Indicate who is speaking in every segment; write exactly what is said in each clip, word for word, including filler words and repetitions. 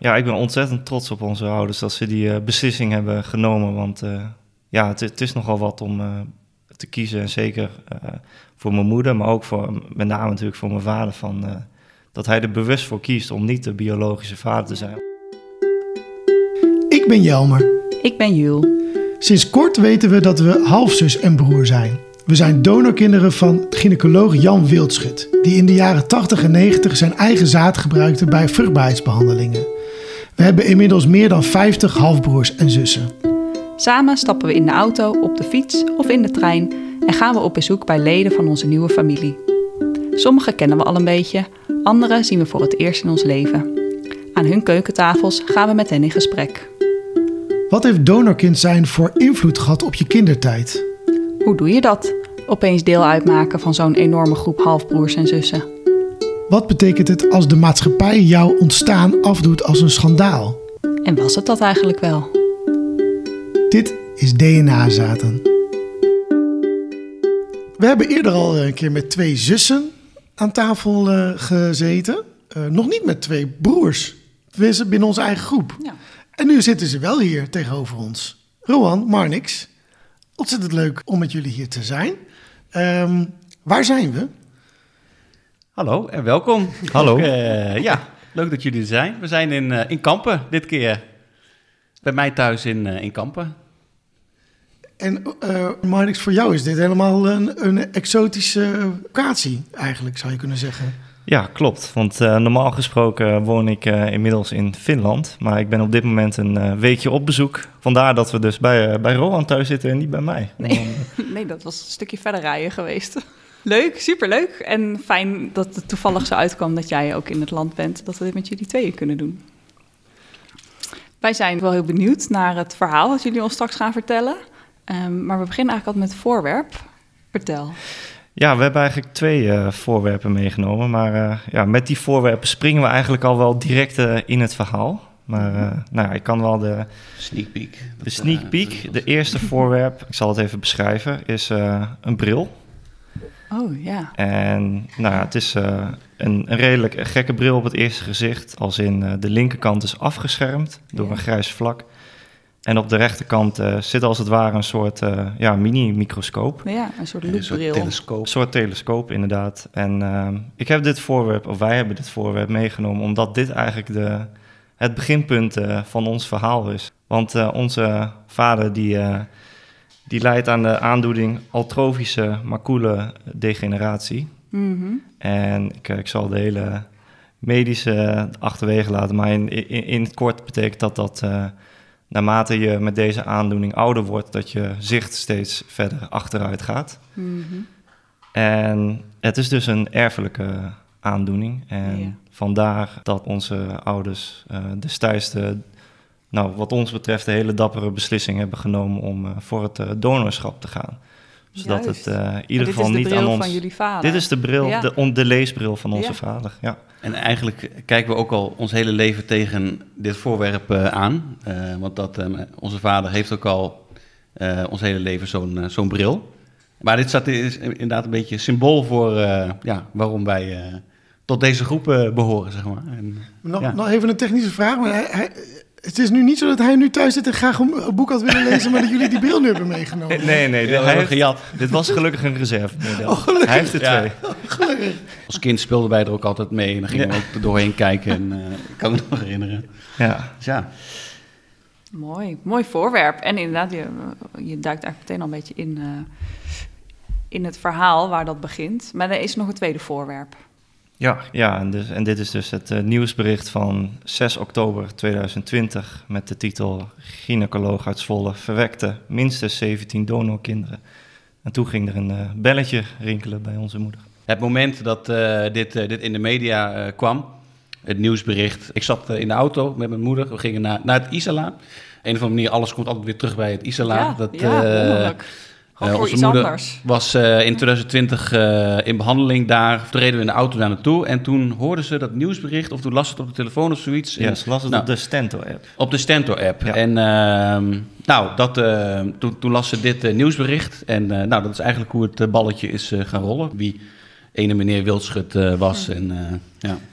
Speaker 1: ja, ik ben ontzettend trots op onze ouders dat ze die uh, beslissing hebben genomen. Want uh, ja, het, het is nogal wat om uh, te kiezen. En zeker uh, voor mijn moeder, maar ook voor, met name natuurlijk voor mijn vader. Van, uh, dat hij er bewust voor kiest om niet de biologische vader te zijn.
Speaker 2: Ik ben Jelmer.
Speaker 3: Ik ben Juul.
Speaker 2: Sinds kort weten we dat we halfzus en broer zijn. We zijn donorkinderen van gynaecoloog Jan Wildschut, die in de jaren tachtig en negentig zijn eigen zaad gebruikte bij vruchtbaarheidsbehandelingen. We hebben inmiddels meer dan vijftig halfbroers en zussen.
Speaker 3: Samen stappen we in de auto, op de fiets of in de trein en gaan we op bezoek bij leden van onze nieuwe familie. Sommigen kennen we al een beetje, anderen zien we voor het eerst in ons leven. Aan hun keukentafels gaan we met hen in gesprek.
Speaker 2: Wat heeft donorkind zijn voor invloed gehad op je kindertijd?
Speaker 3: Hoe doe je dat? Opeens deel uitmaken van zo'n enorme groep halfbroers en zussen.
Speaker 2: Wat betekent het als de maatschappij jouw ontstaan afdoet als een schandaal?
Speaker 3: En was het dat eigenlijk wel?
Speaker 2: Dit is D N A-zaten. We hebben eerder al een keer met twee zussen aan tafel uh, gezeten. Uh, nog niet met twee broers. Tenminste, binnen onze eigen groep.
Speaker 3: Ja.
Speaker 2: En nu zitten ze wel hier tegenover ons. Rowan, Marnix, ontzettend leuk om met jullie hier te zijn. Um, waar zijn we?
Speaker 4: Hallo en welkom.
Speaker 1: Hallo.
Speaker 4: Uh, ja, leuk dat jullie er zijn. We zijn in, uh, in Kampen dit keer. Bij mij thuis in, uh, in Kampen.
Speaker 2: En uh, Marnix, voor jou is dit helemaal een, een exotische locatie eigenlijk, zou je kunnen zeggen.
Speaker 1: Ja, klopt. Want uh, normaal gesproken woon ik uh, inmiddels in Finland. Maar ik ben op dit moment een uh, weekje op bezoek. Vandaar dat we dus bij, uh, bij Rowan thuis zitten en niet bij mij.
Speaker 3: Nee, nee, dat was een stukje verder rijden geweest. Leuk, superleuk. En fijn dat het toevallig zo uitkwam dat jij ook in het land bent. Dat we dit met jullie tweeën kunnen doen. Wij zijn wel heel benieuwd naar het verhaal dat jullie ons straks gaan vertellen. Um, maar we beginnen eigenlijk altijd met het voorwerp. Vertel.
Speaker 1: Ja, we hebben eigenlijk twee uh, voorwerpen meegenomen. Maar uh, ja, met die voorwerpen springen we eigenlijk al wel direct uh, in het verhaal. Maar uh, nou ja, ik kan wel de...
Speaker 4: Sneak peek.
Speaker 1: De sneak peek, de eerste voorwerp, ik zal het even beschrijven, is uh, een bril.
Speaker 3: Oh, ja.
Speaker 1: En nou ja, het is uh, een, een redelijk gekke bril op het eerste gezicht. Als in uh, de linkerkant is afgeschermd door ja. een grijs vlak. En op de rechterkant uh, zit als het ware een soort uh, ja, mini-microscoop.
Speaker 3: Ja, een soort loopbril.
Speaker 4: Een soort telescoop.
Speaker 1: Een soort telescoop, inderdaad. En uh, ik heb dit voorwerp, of wij hebben dit voorwerp meegenomen, omdat dit eigenlijk de, het beginpunt uh, van ons verhaal is. Want uh, onze vader die, uh, die lijdt aan de aandoening atrofische macule degeneratie.
Speaker 3: Mm-hmm.
Speaker 1: En ik, ik zal de hele medische achterwege laten, maar in, in, in het kort betekent dat dat... Uh, naarmate je met deze aandoening ouder wordt, dat je zicht steeds verder achteruit gaat.
Speaker 3: Mm-hmm.
Speaker 1: En het is dus een erfelijke aandoening. En
Speaker 3: yeah.
Speaker 1: vandaar dat onze ouders uh, destijds de, nou, wat ons betreft, de hele dappere beslissing hebben genomen om uh, voor het uh, donorschap te gaan. Zodat
Speaker 3: Juist.
Speaker 1: het uh, in ieder geval niet aan ons...
Speaker 3: Dit is de bril van jullie vader.
Speaker 1: Dit is de bril,
Speaker 3: ja.
Speaker 1: de, on, de leesbril van onze
Speaker 3: ja.
Speaker 1: vader, ja.
Speaker 4: En eigenlijk kijken we ook al ons hele leven tegen dit voorwerp uh, aan. Uh, want dat, uh, onze vader heeft ook al uh, ons hele leven zo'n, uh, zo'n bril. Maar dit staat, is inderdaad een beetje symbool voor uh, ja, waarom wij uh, tot deze groep uh, behoren, zeg maar. En,
Speaker 2: nog,
Speaker 4: ja.
Speaker 2: nog even een technische vraag. Maar hij, hij, het is nu niet zo dat hij nu thuis zit en graag een boek had willen lezen, maar dat jullie die bril nu hebben meegenomen.
Speaker 1: Nee, nee,
Speaker 4: Ja,
Speaker 1: hij heeft,
Speaker 4: gejat.
Speaker 1: Dit was gelukkig een reserve.
Speaker 2: Oh, gelukkig.
Speaker 1: Hij heeft er
Speaker 4: Ja.
Speaker 1: twee.
Speaker 2: Oh, gelukkig.
Speaker 4: Als kind speelden wij er ook altijd mee en dan gingen
Speaker 1: Ja.
Speaker 4: we ook er doorheen kijken. En uh, ik kan me nog herinneren.
Speaker 1: Ja.
Speaker 4: Dus ja.
Speaker 3: Mooi, mooi voorwerp. En inderdaad, je, je duikt eigenlijk meteen al een beetje in, uh, in het verhaal waar dat begint. Maar er is nog een tweede voorwerp.
Speaker 1: Ja, ja en, dus, en dit is dus het uh, nieuwsbericht van zes oktober tweeduizend twintig... met de titel Gynaecoloog uit Zwolle verwekte minstens zeventien donorkinderen. En toen ging er een uh, belletje rinkelen bij onze moeder.
Speaker 4: Het moment dat uh, dit, uh, dit in de media uh, kwam, het nieuwsbericht. Ik zat uh, in de auto met mijn moeder, we gingen naar, naar het Isala. Een of andere manier, alles komt altijd weer terug bij het Isala.
Speaker 3: Ja,
Speaker 4: dat,
Speaker 3: ja,
Speaker 4: uh,
Speaker 3: wonderlijk.
Speaker 4: Uh,
Speaker 3: voor
Speaker 4: onze
Speaker 3: iets
Speaker 4: moeder
Speaker 3: anders.
Speaker 4: was uh, in twintig twintig uh, in behandeling daar. Toen reden we in de auto daar naartoe en toen hoorden ze dat nieuwsbericht, of toen las ze het op de telefoon of zoiets.
Speaker 1: Ja, ze las het
Speaker 4: nou,
Speaker 1: op de Stento-app.
Speaker 4: Op de Stento-app.
Speaker 1: Ja.
Speaker 4: En uh, nou, dat, uh, toen, toen las ze dit uh, nieuwsbericht. En uh, nou, dat is eigenlijk hoe het uh, balletje is uh, gaan rollen. Wie ene meneer Wildschut uh, was.
Speaker 3: Hm.
Speaker 4: En, uh, ja.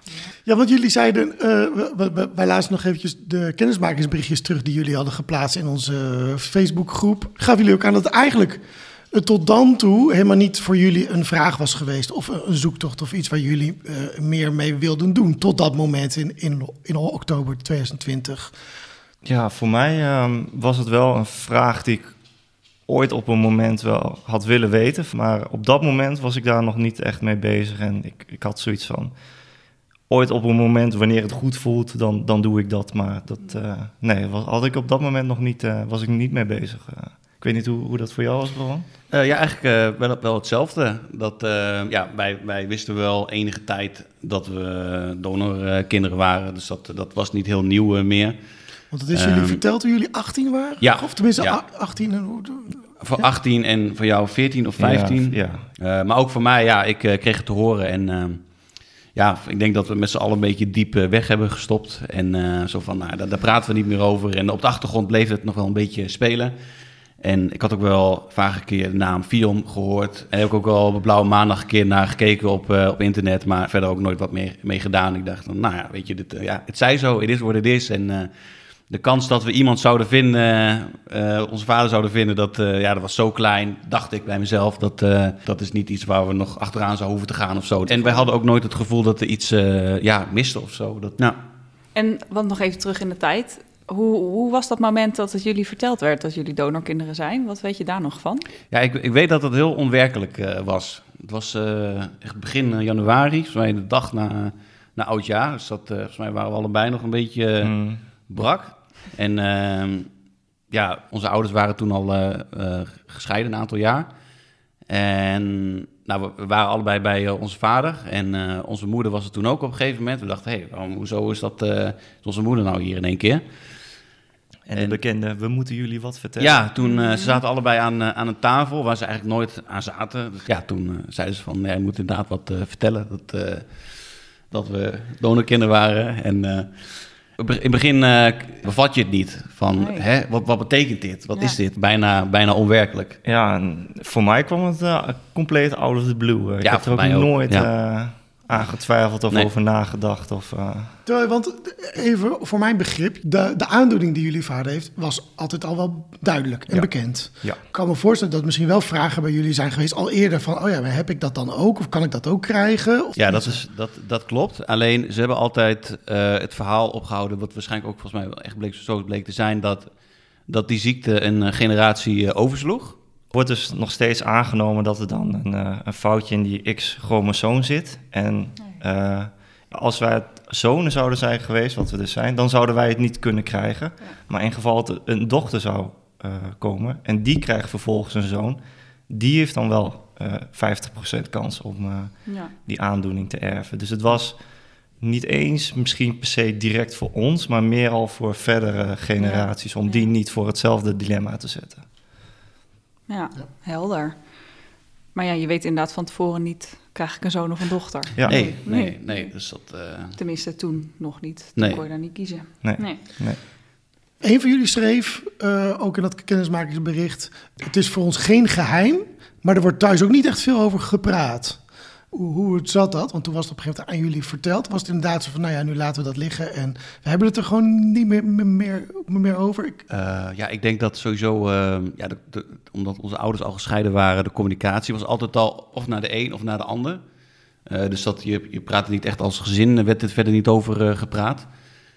Speaker 2: Ja, want jullie zeiden, uh, we, we, wij lazen nog eventjes de kennismakingsberichtjes terug die jullie hadden geplaatst in onze Facebookgroep. Gaven jullie ook aan dat eigenlijk het tot dan toe helemaal niet voor jullie een vraag was geweest of een zoektocht of iets waar jullie uh, meer mee wilden doen tot dat moment in, in, in oktober twintig twintig?
Speaker 1: Ja, voor mij um, was het wel een vraag die ik ooit op een moment wel had willen weten. Maar op dat moment was ik daar nog niet echt mee bezig. En ik, ik had zoiets van, ooit op een moment wanneer het goed voelt, dan, dan doe ik dat. Maar dat, uh, nee, was, had ik op dat moment nog niet, uh, was ik niet mee bezig. Uh, ik weet niet hoe, hoe dat voor jou was, Rowan?
Speaker 4: Uh, ja, eigenlijk uh, wel, wel hetzelfde. Dat, uh, ja, wij, wij wisten wel enige tijd dat we donorkinderen uh, waren. Dus dat, dat was niet heel nieuw uh, meer.
Speaker 2: Want het is jullie um, verteld toen jullie achttien waren?
Speaker 4: Ja.
Speaker 2: Of tenminste
Speaker 4: ja.
Speaker 2: achttien en hoe...
Speaker 4: Voor achttien en voor jou veertien of vijftien.
Speaker 1: Ja, ja.
Speaker 4: Uh, maar ook voor mij, ja, ik uh, kreeg het te horen. En uh, ja, ik denk dat we met z'n allen een beetje diep uh, weg hebben gestopt. En uh, zo van, nou, daar, daar praten we niet meer over. En op de achtergrond bleef het nog wel een beetje spelen. En ik had ook wel vaak een keer de naam Fion gehoord. En heb ik ook wel op Blauwe Maandag een keer naar gekeken op, uh, op internet. Maar verder ook nooit wat mee, mee gedaan. Ik dacht, nou ja, weet je, dit, uh, ja, het zij zo, het is wat het is. En... Uh, De kans dat we iemand zouden vinden, uh, onze vader zouden vinden, dat, uh, ja, dat was zo klein, dacht ik bij mezelf. Dat, uh, dat is niet iets waar we nog achteraan zouden hoeven te gaan of zo. En wij hadden ook nooit het gevoel dat er iets uh, ja, miste of zo. Dat, nou.
Speaker 3: En want nog even terug in de tijd. Hoe, hoe was dat moment dat het jullie verteld werd dat jullie donorkinderen zijn? Wat weet je daar nog van?
Speaker 4: Ja, ik, ik weet dat het heel onwerkelijk uh, was. Het was uh, echt begin januari, volgens mij de dag na, na oudjaar. Dus dat, uh, volgens mij waren we allebei nog een beetje... Uh, mm. brak. En uh, ja, onze ouders waren toen al uh, uh, gescheiden een aantal jaar. En nou, we, we waren allebei bij uh, onze vader. En uh, onze moeder was er toen ook op een gegeven moment. We dachten, hé, hey, hoezo is dat uh, is onze moeder nou hier in één keer?
Speaker 1: En de bekende, we moeten jullie wat vertellen.
Speaker 4: Ja, toen uh, ze zaten allebei aan, uh, aan een tafel waar ze eigenlijk nooit aan zaten. Dus ja, toen uh, zeiden ze van, ja, je moet inderdaad wat uh, vertellen. Dat, uh, dat we donorkinderen waren. En... Uh, In het begin uh, bevat je het niet. Van, nee. hè, wat, wat betekent dit? Wat ja. is dit? Bijna, bijna onwerkelijk.
Speaker 1: Ja, en voor mij kwam het uh, compleet out of the blue. Ik ja, heb er ook nooit ja. uh, aan getwijfeld of nee. over nagedacht. Of, uh...
Speaker 2: Terwijl, want even voor mijn begrip, de, de aandoening die jullie vader heeft, was altijd al wel duidelijk en
Speaker 1: ja.
Speaker 2: bekend.
Speaker 1: Ja.
Speaker 2: Ik kan me voorstellen dat er misschien wel vragen bij jullie zijn geweest al eerder van, oh ja, maar heb ik dat dan ook? Of kan ik dat ook krijgen? Of
Speaker 4: ja, dat, is, dat, dat klopt. Alleen, ze hebben altijd uh, het verhaal opgehouden, wat waarschijnlijk ook volgens mij wel echt bleek, zo bleek te zijn, dat, dat die ziekte een generatie uh, oversloeg.
Speaker 1: Wordt dus nog steeds aangenomen dat er dan een, uh, een foutje in die X-chromosoom zit. En uh, als wij zonen zouden zijn geweest, wat we dus zijn, dan zouden wij het niet kunnen krijgen. Ja. Maar in geval dat een dochter zou uh, komen en die krijgt vervolgens een zoon, die heeft dan wel uh, vijftig procent kans om uh, ja. die aandoening te erven. Dus het was niet eens misschien per se direct voor ons, maar meer al voor verdere generaties, ja. om die niet voor hetzelfde dilemma te zetten.
Speaker 3: Ja, ja, helder. Maar ja, je weet inderdaad van tevoren niet, krijg ik een zoon of een dochter?
Speaker 1: Ja.
Speaker 4: Nee, nee, nee. nee dus dat, uh...
Speaker 3: Tenminste, toen nog niet. Toen
Speaker 4: nee.
Speaker 3: kon je daar niet kiezen.
Speaker 1: Nee. nee. nee.
Speaker 2: Een van jullie schreef, uh, ook in dat kennismakingsbericht, het is voor ons geen geheim, maar er wordt thuis ook niet echt veel over gepraat. Hoe, hoe zat dat? Want toen was het op een gegeven moment aan jullie verteld. Was het inderdaad zo van, nou ja, nu laten we dat liggen en we hebben het er gewoon niet meer, meer, meer over? Ik...
Speaker 4: Uh, ja, ik denk dat sowieso, uh, ja, de, de, omdat onze ouders al gescheiden waren, de communicatie was altijd al of naar de een of naar de ander. Uh, dus dat je, je praatte niet echt als gezin, er werd het verder niet over uh, gepraat.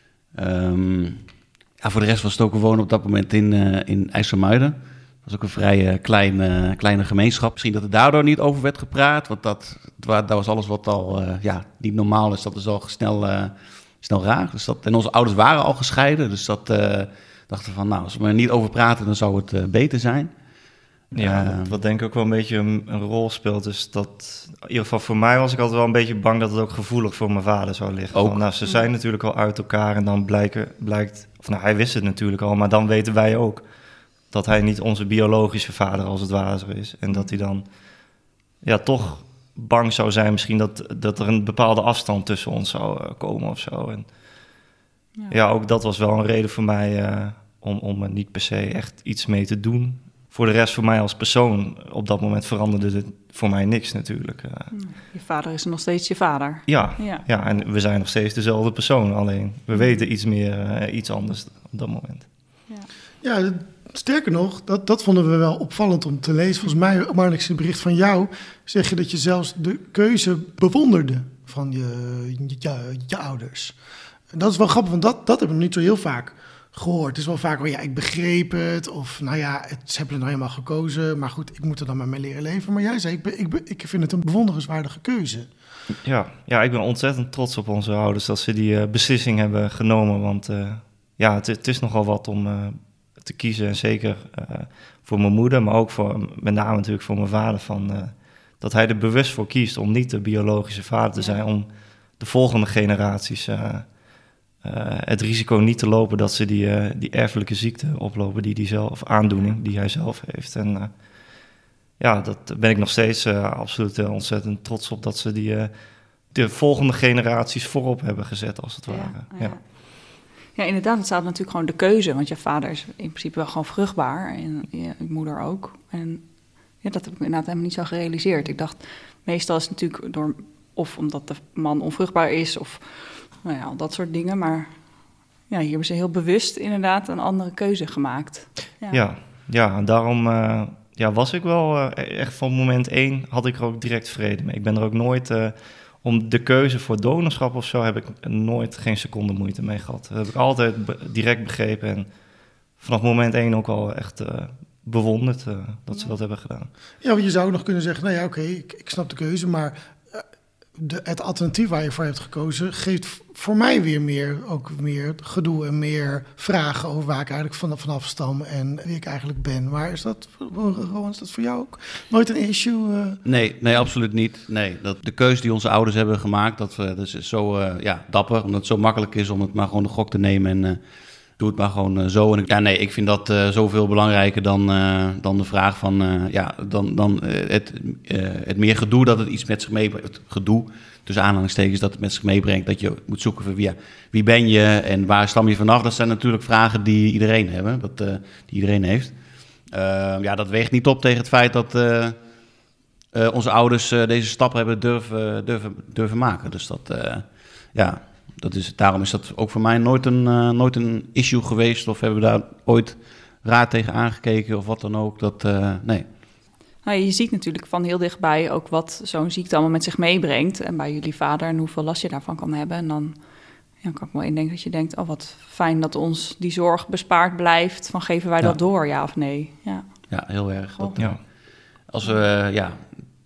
Speaker 4: Um, ja, voor de rest was het ook gewoon op dat moment in, uh, in IJsselmuiden. Dat was ook een vrij uh, klein, uh, kleine gemeenschap. Misschien dat er daardoor niet over werd gepraat. Want dat, dat was alles wat al uh, ja, niet normaal is. Dat is al snel, uh, snel raar. Dus dat, en onze ouders waren al gescheiden. Dus dat uh, dachten van, nou, als we er niet over praten, dan zou het uh, beter zijn.
Speaker 1: Ja, uh, wat, wat denk ik ook wel een beetje een, een rol speelt. Dus dat, in ieder geval voor mij was ik altijd wel een beetje bang dat het ook gevoelig voor mijn vader zou liggen.
Speaker 4: Ook.
Speaker 1: Van, nou, ze zijn natuurlijk al uit elkaar en dan blijken, blijkt... Of nou, hij wist het natuurlijk al, maar dan weten wij ook dat hij niet onze biologische vader als het ware zo is. En dat hij dan ja, toch bang zou zijn misschien dat, dat er een bepaalde afstand tussen ons zou uh, komen of zo. En ja. ja, ook dat was wel een reden voor mij uh, om, om er niet per se echt iets mee te doen. voor de rest, voor mij als persoon, op dat moment veranderde het voor mij niks natuurlijk. Uh,
Speaker 3: je vader is nog steeds je vader.
Speaker 1: Ja, ja. ja, en we zijn nog steeds dezelfde persoon. Alleen, we weten iets meer, uh, iets anders op dat moment.
Speaker 2: Ja, ja sterker nog, dat, dat vonden we wel opvallend om te lezen. Volgens mij, Marnix, in het bericht van jou, zeg je dat je zelfs de keuze bewonderde van je, je, je ouders. En dat is wel grappig, want dat, dat hebben we niet zo heel vaak gehoord. Het is wel vaak, oh ja, ik begreep het, of nou ja, het, ze hebben het nou helemaal gekozen, maar goed, ik moet er dan maar mee leren leven. Maar jij zei, ik, ben, ik, ben, ik vind het een bewonderenswaardige keuze.
Speaker 1: Ja, ja, ik ben ontzettend trots op onze ouders dat ze die uh, beslissing hebben genomen, want uh, ja, het, het is nogal wat om uh, te kiezen, en zeker uh, voor mijn moeder, maar ook voor, met name natuurlijk voor mijn vader, van, uh, dat hij er bewust voor kiest om niet de biologische vader te zijn, om de volgende generaties uh, uh, het risico niet te lopen dat ze die, uh, die erfelijke ziekte oplopen, die die zelf, of aandoening die hij zelf heeft. En uh, ja, dat ben ik nog steeds uh, absoluut uh, ontzettend trots op, dat ze die, uh, de volgende generaties voorop hebben gezet, als het ware.
Speaker 3: Ja, ja. ja, inderdaad, het staat natuurlijk gewoon de keuze, want je vader is in principe wel gewoon vruchtbaar en je, je moeder ook. En ja, dat heb ik inderdaad helemaal niet zo gerealiseerd. Ik dacht, meestal is het natuurlijk door, of omdat de man onvruchtbaar is, of nou ja, dat soort dingen. Maar ja, hier hebben ze heel bewust inderdaad een andere keuze gemaakt. Ja,
Speaker 1: ja, ja en daarom uh, ja, was ik wel uh, echt van moment één, had ik er ook direct vrede mee. Ik ben er ook nooit, uh, om de keuze voor donorschap of zo, heb ik nooit geen seconde moeite mee gehad. Dat heb ik altijd be- direct begrepen en vanaf moment één ook al echt uh, bewonderd uh, dat ze dat hebben gedaan.
Speaker 2: Ja, want je zou nog kunnen zeggen, nou ja, oké, okay, ik, ik snap de keuze, maar uh, de, het alternatief waar je voor hebt gekozen geeft voor mij weer meer, ook meer gedoe en meer vragen over waar ik eigenlijk van, vanaf stam en wie ik eigenlijk ben. Maar is dat, Rowan, is dat voor jou ook nooit een issue? Uh?
Speaker 4: Nee, nee, absoluut niet. Nee, dat de keuze die onze ouders hebben gemaakt, dat, we, dat is zo uh, ja, dapper, omdat het zo makkelijk is om het maar gewoon de gok te nemen en uh, doe het maar gewoon uh, zo. En ik, ja, nee, ik vind dat uh, zoveel belangrijker dan, uh, dan de vraag van, uh, ja, dan, dan uh, het, uh, het meer gedoe dat het iets met zich meebrengt. Het gedoe, tussen aanhalingstekens, dat het met zich meebrengt. Dat je moet zoeken van, ja, wie ben je en waar stam je vanaf? Dat zijn natuurlijk vragen die iedereen hebben, dat, uh, die iedereen heeft. Uh, ja, dat weegt niet op tegen het feit dat uh, uh, onze ouders uh, deze stap hebben durven, durven, durven maken. Dus dat, uh, ja... Dat is, daarom is dat ook voor mij nooit een, uh, nooit een issue geweest. Of hebben we daar ooit raad tegen aangekeken of wat dan ook. Dat, uh, nee.
Speaker 3: Nou, je ziet natuurlijk van heel dichtbij ook wat zo'n ziekte allemaal met zich meebrengt. En bij jullie vader en hoeveel last je daarvan kan hebben. En dan ja, kan ik wel indenken dat je denkt, oh wat fijn dat ons die zorg bespaard blijft. Van geven wij
Speaker 4: ja.
Speaker 3: dat door, ja of nee? Ja,
Speaker 4: ja heel erg. Dat,
Speaker 1: ja.
Speaker 4: Als we, uh, ja...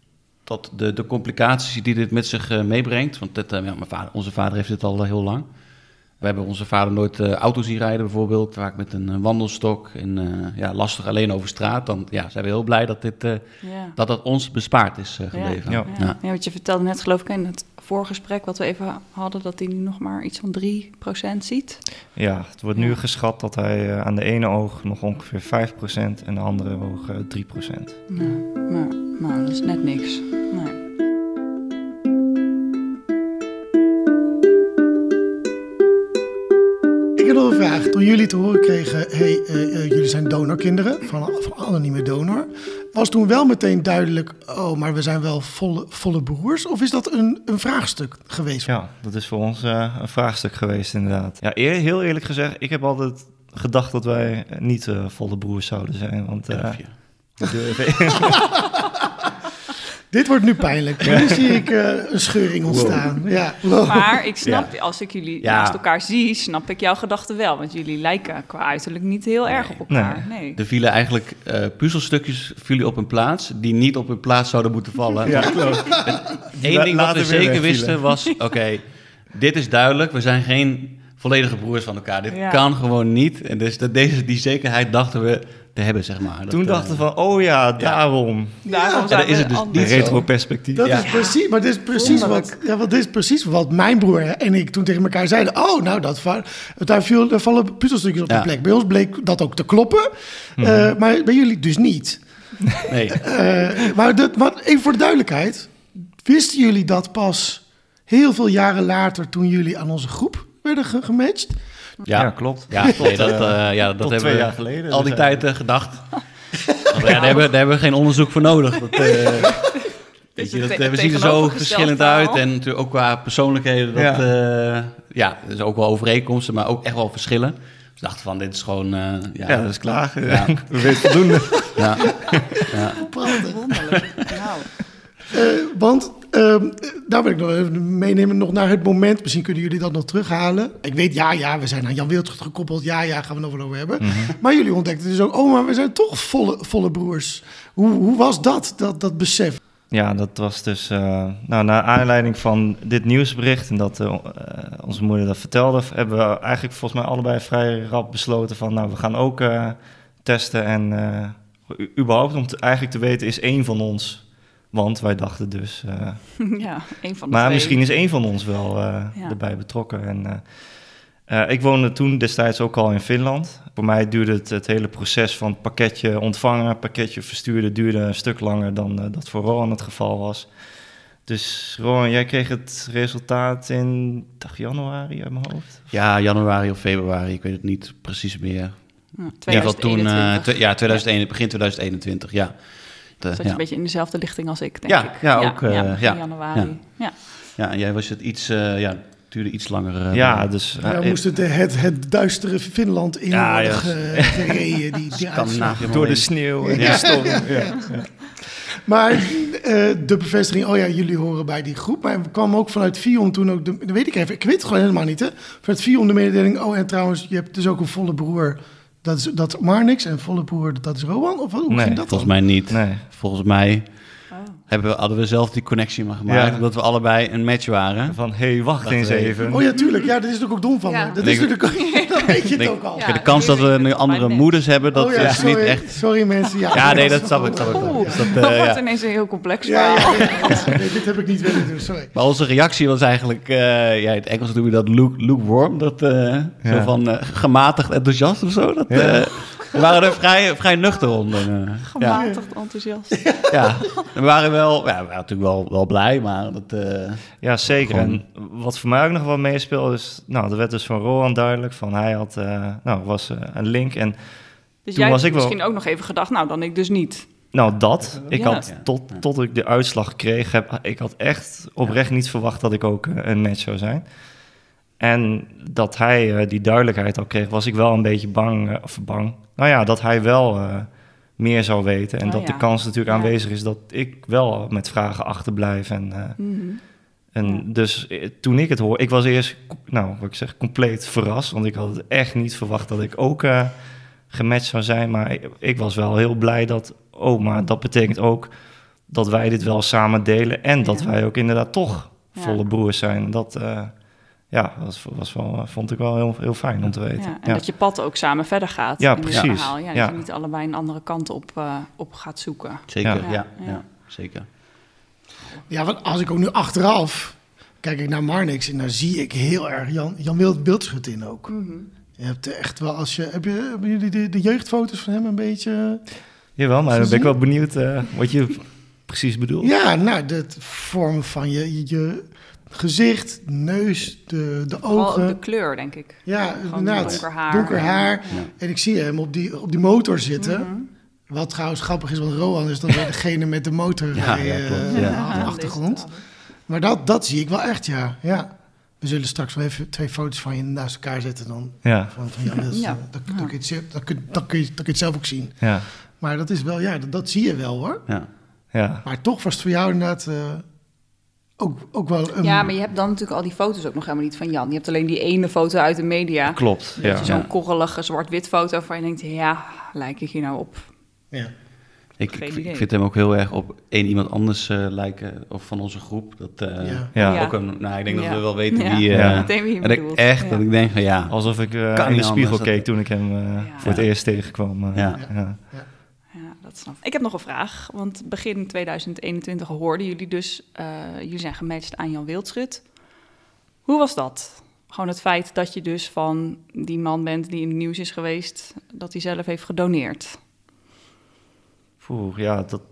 Speaker 4: Dat de, de complicaties die dit met zich uh, meebrengt. Want dit, uh, ja, mijn vader, onze vader heeft dit al uh, heel lang. We hebben onze vader nooit uh, auto zien rijden bijvoorbeeld. Vaak met een uh, wandelstok. En uh, ja, lastig alleen over straat. Dan ja, zijn we heel blij dat dit, uh,
Speaker 3: ja.
Speaker 4: dat, dat ons bespaard is uh, gebleven.
Speaker 3: Ja,
Speaker 1: Ja.
Speaker 3: ja. Ja. ja, want je vertelde net geloof ik in het voorgesprek wat we even hadden, dat hij nu nog maar iets van drie procent ziet.
Speaker 1: Ja, het wordt nu geschat dat hij uh, aan de ene oog nog ongeveer vijf procent en de andere oog uh, drie procent.
Speaker 3: Nou, nou, nou, dat is net niks. Nee.
Speaker 2: Ik heb nog een vraag. Toen jullie te horen kregen, hey, uh, uh, jullie zijn donorkinderen van, van anonieme donor. Was toen wel meteen duidelijk, oh, maar we zijn wel volle, volle broers? Of is dat een, een vraagstuk geweest?
Speaker 1: Ja, dat is voor ons uh, een vraagstuk geweest inderdaad. Ja, eer, heel eerlijk gezegd, ik heb altijd gedacht dat wij niet uh, volle broers zouden zijn. Want uh,
Speaker 2: dit wordt nu pijnlijk. Nu zie ik uh, een scheuring ontstaan. Wow. Ja. Wow.
Speaker 3: Maar ik snap,
Speaker 4: Ja.
Speaker 3: als ik jullie
Speaker 4: Ja.
Speaker 3: naast elkaar zie, snap ik jouw gedachten wel. Want jullie lijken qua uiterlijk niet heel erg op elkaar. Nee. nee.
Speaker 4: Er vielen eigenlijk uh, puzzelstukjes vielen op een plaats die niet op hun plaats zouden moeten vallen.
Speaker 1: Ja, klopt.
Speaker 4: Eén ding wat we zeker
Speaker 1: wegvielen.
Speaker 4: wisten was, oké, okay, dit is duidelijk. We zijn geen volledige broers van elkaar. Dit
Speaker 3: Ja.
Speaker 4: kan gewoon niet. En dus dat deze, die zekerheid dachten we te hebben, zeg maar. Dat,
Speaker 1: Toen
Speaker 4: uh,
Speaker 1: dachten we van, oh ja, daarom.
Speaker 3: Daarom
Speaker 4: Ja,
Speaker 3: zijn
Speaker 4: dan is
Speaker 3: we
Speaker 4: het dus
Speaker 3: anders.
Speaker 4: niet zo.
Speaker 1: Retro-perspectief.
Speaker 2: Dat
Speaker 4: Ja.
Speaker 2: is precies, maar dit is precies, wat, ja, wat, dit is precies wat mijn broer en ik toen tegen elkaar zeiden. Oh, nou, dat va- daar, viel, daar vallen puzzelstukjes op
Speaker 4: Ja.
Speaker 2: de plek. Bij ons bleek dat ook te kloppen,
Speaker 1: Mhm.
Speaker 2: uh, maar bij jullie dus niet.
Speaker 4: Nee.
Speaker 2: Uh, maar dat, wat, even voor de duidelijkheid, wisten jullie dat pas heel veel jaren later toen jullie aan onze groep werden ge- gematcht?
Speaker 1: Ja,
Speaker 4: Ja,
Speaker 1: klopt.
Speaker 4: ja, nee, dat, uh, ja, dat
Speaker 1: Tot
Speaker 4: hebben
Speaker 1: twee
Speaker 4: we
Speaker 1: jaar geleden.
Speaker 4: al die
Speaker 1: dus, uh,
Speaker 4: tijd uh, gedacht. Want Ja, daar, hebben, daar hebben we geen onderzoek voor nodig. Dat, uh, weet je, dat,
Speaker 3: te-
Speaker 4: we zien er zo
Speaker 3: tegenovergesteld
Speaker 4: verschillend
Speaker 3: verhaal.
Speaker 4: uit. En natuurlijk ook qua persoonlijkheden. Dat, ja. Uh, ja, er zijn ook wel overeenkomsten, maar ook echt wel verschillen. Dus we dachten van, dit is gewoon... Uh, ja,
Speaker 1: Ja, dat is klaar.
Speaker 4: Ja.
Speaker 1: We weten voldoende.
Speaker 4: Ja. Ja.
Speaker 2: Prachtig.
Speaker 3: Wonderlijk. Nou,
Speaker 2: Uh, want uh, daar wil ik nog even meenemen nog naar het moment. Misschien kunnen jullie dat nog terughalen. Ik weet, ja, ja, we zijn aan Jan Wildschut gekoppeld. Ja, ja, gaan we nog wel over hebben.
Speaker 1: Mm-hmm.
Speaker 2: Maar jullie ontdekten dus ook, oh, maar we zijn toch volle, volle broers. Hoe, hoe was dat, dat, dat besef?
Speaker 1: Ja, dat was dus... Uh, nou, naar aanleiding van dit nieuwsbericht en dat uh, onze moeder dat vertelde, hebben we eigenlijk volgens mij allebei vrij rap besloten van, nou, we gaan ook uh, testen en uh, überhaupt om te, eigenlijk te weten, is één van ons... Want wij dachten dus... Uh,
Speaker 3: ja, één van de
Speaker 1: maar
Speaker 3: twee.
Speaker 1: misschien is één van ons wel uh,
Speaker 3: Ja.
Speaker 1: erbij betrokken. En, uh, uh, ik woonde toen destijds ook al in Finland. Voor mij duurde het, het hele proces van pakketje ontvangen, pakketje versturen... duurde een stuk langer dan uh, dat voor Rowan het geval was. Dus Rowan, jij kreeg het resultaat in dag januari uit mijn hoofd?
Speaker 4: Ja, januari of februari, ik weet het niet precies meer.
Speaker 3: Ja,
Speaker 4: In ieder geval toen, uh,
Speaker 3: tweeduizend eenentwintig.
Speaker 4: tw- ja, tweeduizend één, begin tweeduizend eenentwintig, ja. De,
Speaker 3: Zat je
Speaker 4: ja.
Speaker 3: een beetje in dezelfde lichting als ik, denk
Speaker 4: Ja,
Speaker 3: ik.
Speaker 4: ja, ook, uh,
Speaker 3: ja, begin
Speaker 4: ja,
Speaker 3: januari.
Speaker 4: ja.
Speaker 3: Ja.
Speaker 4: Ja, en jij was het iets, uh, ja, het duurde iets langer. Uh,
Speaker 1: Ja, dus... Uh,
Speaker 2: Ja, we moesten de, het, het duistere Finland in
Speaker 1: Ja,
Speaker 2: worden
Speaker 1: ja.
Speaker 2: ge- gereden. Die, die uitslag.
Speaker 4: Scandinavië
Speaker 1: door de
Speaker 4: heen.
Speaker 1: sneeuw en
Speaker 4: Ja.
Speaker 1: de storm. Ja. Ja.
Speaker 2: Maar uh, de bevestiging, oh ja, jullie horen bij die groep. Maar er kwam ook vanuit Vion toen ook, de, dat weet ik even, ik weet het gewoon helemaal niet, hè. Vanuit Vion de mededeling, oh en trouwens, je hebt dus ook een volle broer, dat is, dat is Marnix, en een volle broer, dat is Rowan? Of hoe
Speaker 1: Nee,
Speaker 2: ging dat
Speaker 4: Volgens
Speaker 2: dan?
Speaker 4: mij niet.
Speaker 1: Nee.
Speaker 4: Volgens mij
Speaker 3: Oh.
Speaker 4: hebben we, hadden we zelf die connectie maar gemaakt,
Speaker 1: Ja.
Speaker 4: omdat we allebei een match waren.
Speaker 1: Van, hé, hey, wacht
Speaker 4: Wacht
Speaker 1: eens
Speaker 4: even.
Speaker 1: even.
Speaker 2: Oh ja, tuurlijk, ja, dat is natuurlijk ook dom van
Speaker 3: Ja.
Speaker 2: me. Dat
Speaker 4: Nee,
Speaker 2: is natuurlijk ook, dan weet je het
Speaker 4: nee,
Speaker 2: ook al.
Speaker 3: Ja.
Speaker 4: Kijk, de kans dat we
Speaker 3: jullie-
Speaker 4: nu
Speaker 3: dat
Speaker 4: andere
Speaker 3: is bij
Speaker 4: moeders hebben, dat
Speaker 2: oh ja,
Speaker 4: is
Speaker 2: sorry,
Speaker 4: niet echt...
Speaker 2: sorry mensen. Ja,
Speaker 4: Ja, nee, dat snap ik. Snap ik wel.
Speaker 3: Oeh,
Speaker 4: Dus dat, uh,
Speaker 3: dat wordt
Speaker 4: ja.
Speaker 3: ineens een heel complex
Speaker 2: Ja,
Speaker 3: verhaal.
Speaker 2: ja, ja, nee, dit heb ik niet willen doen, sorry.
Speaker 4: Maar onze reactie was eigenlijk, uh, ja, in het Engels doen we dat luke- lukewarm, dat uh, zo
Speaker 1: Ja.
Speaker 4: van uh, gematigd enthousiast of zo. Dat, uh,
Speaker 1: Ja.
Speaker 4: we waren er vrij, vrij nuchter onder. Uh, ja.
Speaker 3: Gematigd enthousiast.
Speaker 4: Ja, we waren wel, ja, we waren natuurlijk wel, wel blij, maar dat... Uh,
Speaker 1: Ja, zeker.
Speaker 4: Gewoon-
Speaker 1: En wat voor mij ook nog wel meespeelde is... Nou, er werd dus van Rowan duidelijk van hij had... Uh, nou, was uh, een link en...
Speaker 3: Dus
Speaker 1: Toen
Speaker 3: jij
Speaker 1: was
Speaker 3: hebt
Speaker 1: ik wel-
Speaker 3: misschien ook nog even gedacht, nou, dan ik dus niet.
Speaker 1: Nou, dat. Ik
Speaker 3: Ja.
Speaker 1: had
Speaker 4: Ja.
Speaker 1: tot,
Speaker 4: Ja.
Speaker 1: tot ik de uitslag kreeg... Heb, ik had echt oprecht niet verwacht dat ik ook uh, een match zou zijn. En dat hij uh, die duidelijkheid al kreeg... was ik wel een beetje bang... Uh, of bang... Nou ja, dat hij wel... Uh, meer zou weten. En
Speaker 3: Oh,
Speaker 1: dat
Speaker 3: ja.
Speaker 1: de kans natuurlijk
Speaker 3: Ja.
Speaker 1: aanwezig is... dat ik wel met vragen achterblijf en... Uh,
Speaker 3: Mhm.
Speaker 1: En
Speaker 3: Ja.
Speaker 1: dus eh, toen ik het hoor, ik was eerst, nou, wat ik zeg, compleet verrast. Want ik had het echt niet verwacht dat ik ook uh, gematcht zou zijn. Maar ik, ik was wel heel blij dat, oh, maar dat betekent ook dat wij dit wel samen delen. En dat
Speaker 3: Ja.
Speaker 1: wij ook inderdaad toch
Speaker 3: Ja.
Speaker 1: volle broers zijn. Dat, uh, ja, was, was wel, vond ik wel heel, heel fijn om te weten.
Speaker 3: Ja, en
Speaker 1: Ja.
Speaker 3: dat je pad ook samen verder gaat
Speaker 1: Ja,
Speaker 3: in
Speaker 1: precies.
Speaker 3: het verhaal. Ja, dat
Speaker 1: Ja.
Speaker 3: je niet allebei een andere kant op, uh, op gaat zoeken.
Speaker 4: zeker,
Speaker 1: Ja.
Speaker 4: ja. Ja,
Speaker 3: Ja.
Speaker 4: ja, zeker.
Speaker 2: Ja, want als ik ook nu achteraf kijk ik naar Marnix en daar zie ik heel erg Jan, Jan Wild Wildschut in ook.
Speaker 3: Mhm.
Speaker 2: Je hebt echt wel, als je, heb je, hebben jullie de, de jeugdfoto's van hem een beetje...
Speaker 1: Jawel, maar dan ben ik
Speaker 2: Gezien?
Speaker 1: wel benieuwd uh, wat je precies bedoelt.
Speaker 2: Ja, nou, de vorm van je, je, je gezicht, neus, de, de
Speaker 3: Vooral
Speaker 2: ogen.
Speaker 3: ook de kleur, denk ik.
Speaker 2: Ja,
Speaker 3: Gewoon
Speaker 2: inderdaad.
Speaker 3: donker haar.
Speaker 2: Donker haar.
Speaker 4: Ja.
Speaker 2: En ik zie hem op die, op die motor zitten.
Speaker 3: Mhm.
Speaker 2: Wat trouwens grappig is, want Rowan is dan weer degene met de motor
Speaker 4: Ja,
Speaker 2: eh,
Speaker 4: ja, klopt.
Speaker 2: eh,
Speaker 4: Ja.
Speaker 2: op de achtergrond.
Speaker 3: Deze tafel.
Speaker 2: Maar dat, dat zie ik wel echt, ja. ja. We zullen straks wel even twee foto's van je naast elkaar zetten dan.
Speaker 1: Ja,
Speaker 2: Van, van Jan Wils.
Speaker 3: Ja.
Speaker 2: Dan, dan, kun je het, zelf- dan, kun, dan, kun je, dan kun je het zelf ook zien.
Speaker 1: ja,
Speaker 2: Maar dat is wel, ja, dat, dat zie je wel hoor.
Speaker 4: Ja.
Speaker 1: ja.
Speaker 2: Maar toch was het voor jou inderdaad uh, ook, ook wel een...
Speaker 3: Ja, maar je hebt dan natuurlijk al die foto's ook nog helemaal niet van Jan. Je hebt alleen die ene foto uit de media.
Speaker 1: Klopt.
Speaker 3: Dat
Speaker 1: Ja.
Speaker 3: je zo'n
Speaker 4: Ja.
Speaker 3: korrelige zwart-wit foto van je denkt, ja, lijk ik hier nou op?
Speaker 2: Ja.
Speaker 4: Ik,
Speaker 3: Geen
Speaker 4: ik,
Speaker 3: idee.
Speaker 4: ik vind hem ook heel erg op één iemand anders uh, lijken, of van onze groep. Dat, uh,
Speaker 2: Ja.
Speaker 1: Ja.
Speaker 3: Ja.
Speaker 4: Ook een, nou, ik denk dat
Speaker 3: Ja.
Speaker 4: we wel weten
Speaker 3: Ja.
Speaker 4: wie... Uh,
Speaker 1: Ja.
Speaker 3: Meteen wie je
Speaker 4: en ik
Speaker 3: bedoelt.
Speaker 4: echt,
Speaker 3: Ja.
Speaker 4: dat ik denk van ja,
Speaker 1: Alsof ik uh,
Speaker 4: Kan
Speaker 1: in de
Speaker 4: niet
Speaker 1: spiegel
Speaker 4: anders,
Speaker 1: keek
Speaker 4: dat-
Speaker 1: toen ik hem uh,
Speaker 3: Ja.
Speaker 1: voor het
Speaker 4: Ja.
Speaker 1: eerst tegenkwam. Uh,
Speaker 4: Ja.
Speaker 1: ja.
Speaker 3: Ja, dat snap ik. Ik heb nog een vraag, want begin tweeduizend eenentwintig hoorden jullie dus, uh, jullie zijn gematcht aan Jan Wildschut. Hoe was dat? Gewoon het feit dat je dus van die man bent die in het nieuws is geweest, dat hij zelf heeft gedoneerd.
Speaker 1: Poeh, ja, dat...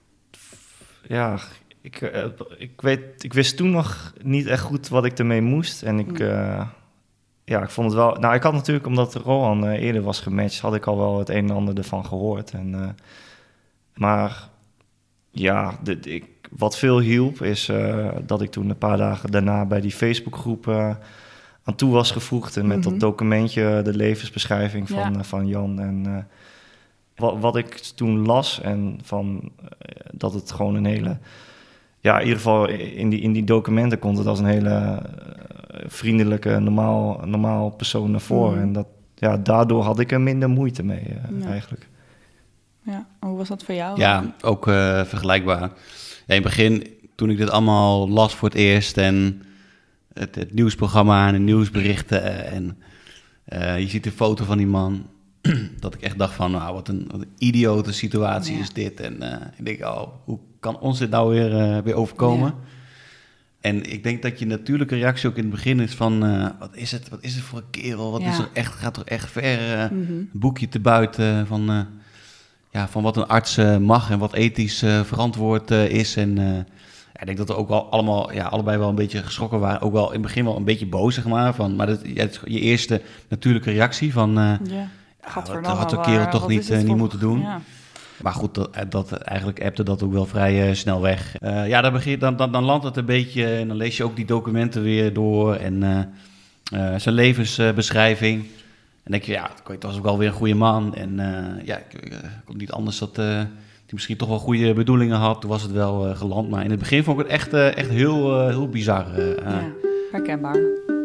Speaker 1: Ja, ik, uh, ik weet... Ik wist toen nog niet echt goed wat ik ermee moest. En ik... Uh, ja, ik vond het wel... Nou, ik had natuurlijk, omdat Rowan uh, eerder was gematcht, had ik al wel het een en ander ervan gehoord. En uh, Maar ja, de, de- ik, wat veel hielp is uh, dat ik toen een paar dagen daarna bij die Facebookgroep uh, aan toe was gevoegd. En met
Speaker 2: Mhm.
Speaker 1: dat documentje, de levensbeschrijving van,
Speaker 3: Ja.
Speaker 1: uh, van Jan. En uh, wat, wat ik toen las en van uh, dat het gewoon een hele... Ja, in ieder geval in die, in die documenten komt het als een hele uh, vriendelijke, normaal, normaal persoon naar voren.
Speaker 3: Mhm.
Speaker 1: En dat, ja, daardoor had ik er minder moeite mee uh,
Speaker 3: Ja.
Speaker 1: eigenlijk.
Speaker 3: Ja, hoe was dat voor jou?
Speaker 4: Ja, ook uh, vergelijkbaar. Ja, in het begin, toen ik dit allemaal las voor het eerst en het, het nieuwsprogramma en de nieuwsberichten en uh, je ziet de foto van die man, dat ik echt dacht van, nou, wat een, wat een idiote situatie
Speaker 3: Ja.
Speaker 4: is dit. En uh, ik denk, oh, hoe kan ons dit nou weer, uh, weer overkomen?
Speaker 3: Ja.
Speaker 4: En ik denk dat je natuurlijke reactie ook in het begin is van, uh, wat is het, wat is het voor een kerel? Wat
Speaker 3: Ja.
Speaker 4: is er echt, gaat er echt ver? Uh,
Speaker 3: Mhm.
Speaker 4: Een boekje te buiten van... Uh, Ja, van wat een arts uh, mag en wat ethisch uh, verantwoord uh, is. En uh, ja, ik denk dat we ook wel allemaal, ja, allebei wel een beetje geschrokken waren. Ook wel in het begin wel een beetje boos, zeg maar. Van, maar dat, ja, het is je eerste natuurlijke reactie van... Uh,
Speaker 3: Ja,
Speaker 4: ja,
Speaker 3: gadverdamme,
Speaker 4: wat had zo'n
Speaker 3: waar-
Speaker 4: kerel toch
Speaker 3: wat
Speaker 4: niet,
Speaker 3: is het
Speaker 4: uh, niet
Speaker 3: voor-
Speaker 4: moeten doen.
Speaker 3: Ja.
Speaker 4: Maar goed, dat, dat, eigenlijk appte dat ook wel vrij uh, snel weg. Uh, ja, dan, begin, dan, dan, dan landt het een beetje en dan lees je ook die documenten weer door. En uh, uh, zijn levensbeschrijving... Uh, En denk je, ja, het was ook wel weer een goede man. En uh, ja, ik, ik kon niet anders dat uh, hij misschien toch wel goede bedoelingen had. Toen was het wel uh, geland. Maar in het begin vond ik het echt, uh, echt heel, uh, heel bizar. Uh,
Speaker 3: Ja, herkenbaar.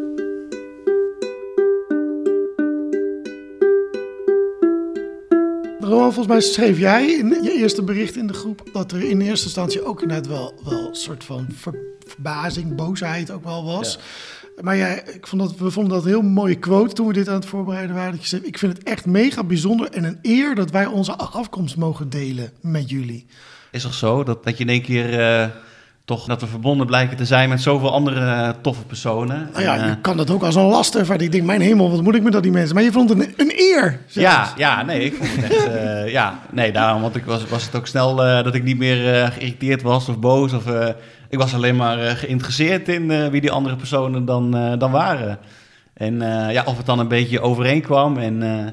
Speaker 2: Roman, volgens mij schreef jij in je eerste bericht in de groep dat er in eerste instantie ook inderdaad wel, wel een soort van ver, verbazing, boosheid ook wel was. Ja. Maar jij, ik vond dat, we vonden dat een heel mooie quote toen we dit aan het voorbereiden waren. Dat je zei, ik vind het echt mega bijzonder en een eer dat wij onze afkomst mogen delen met jullie.
Speaker 4: Is toch zo dat, dat je in één keer uh, toch dat we verbonden blijken te zijn met zoveel andere uh, toffe personen.
Speaker 2: Nou ja,
Speaker 4: en, uh,
Speaker 2: je kan dat ook als een last ervaren. Ik denk, mijn hemel, wat moet ik met dat die mensen? Maar je vond het een, een eer. Zelfs.
Speaker 4: Ja, ja, nee, ik vond het echt, uh, ja, nee, daarom want ik was, was het ook snel uh, dat ik niet meer uh, geïrriteerd was of boos of uh, ik was alleen maar uh, geïnteresseerd in uh, wie die andere personen dan, uh, dan waren. En uh, ja, of het dan een beetje overeenkwam en uh,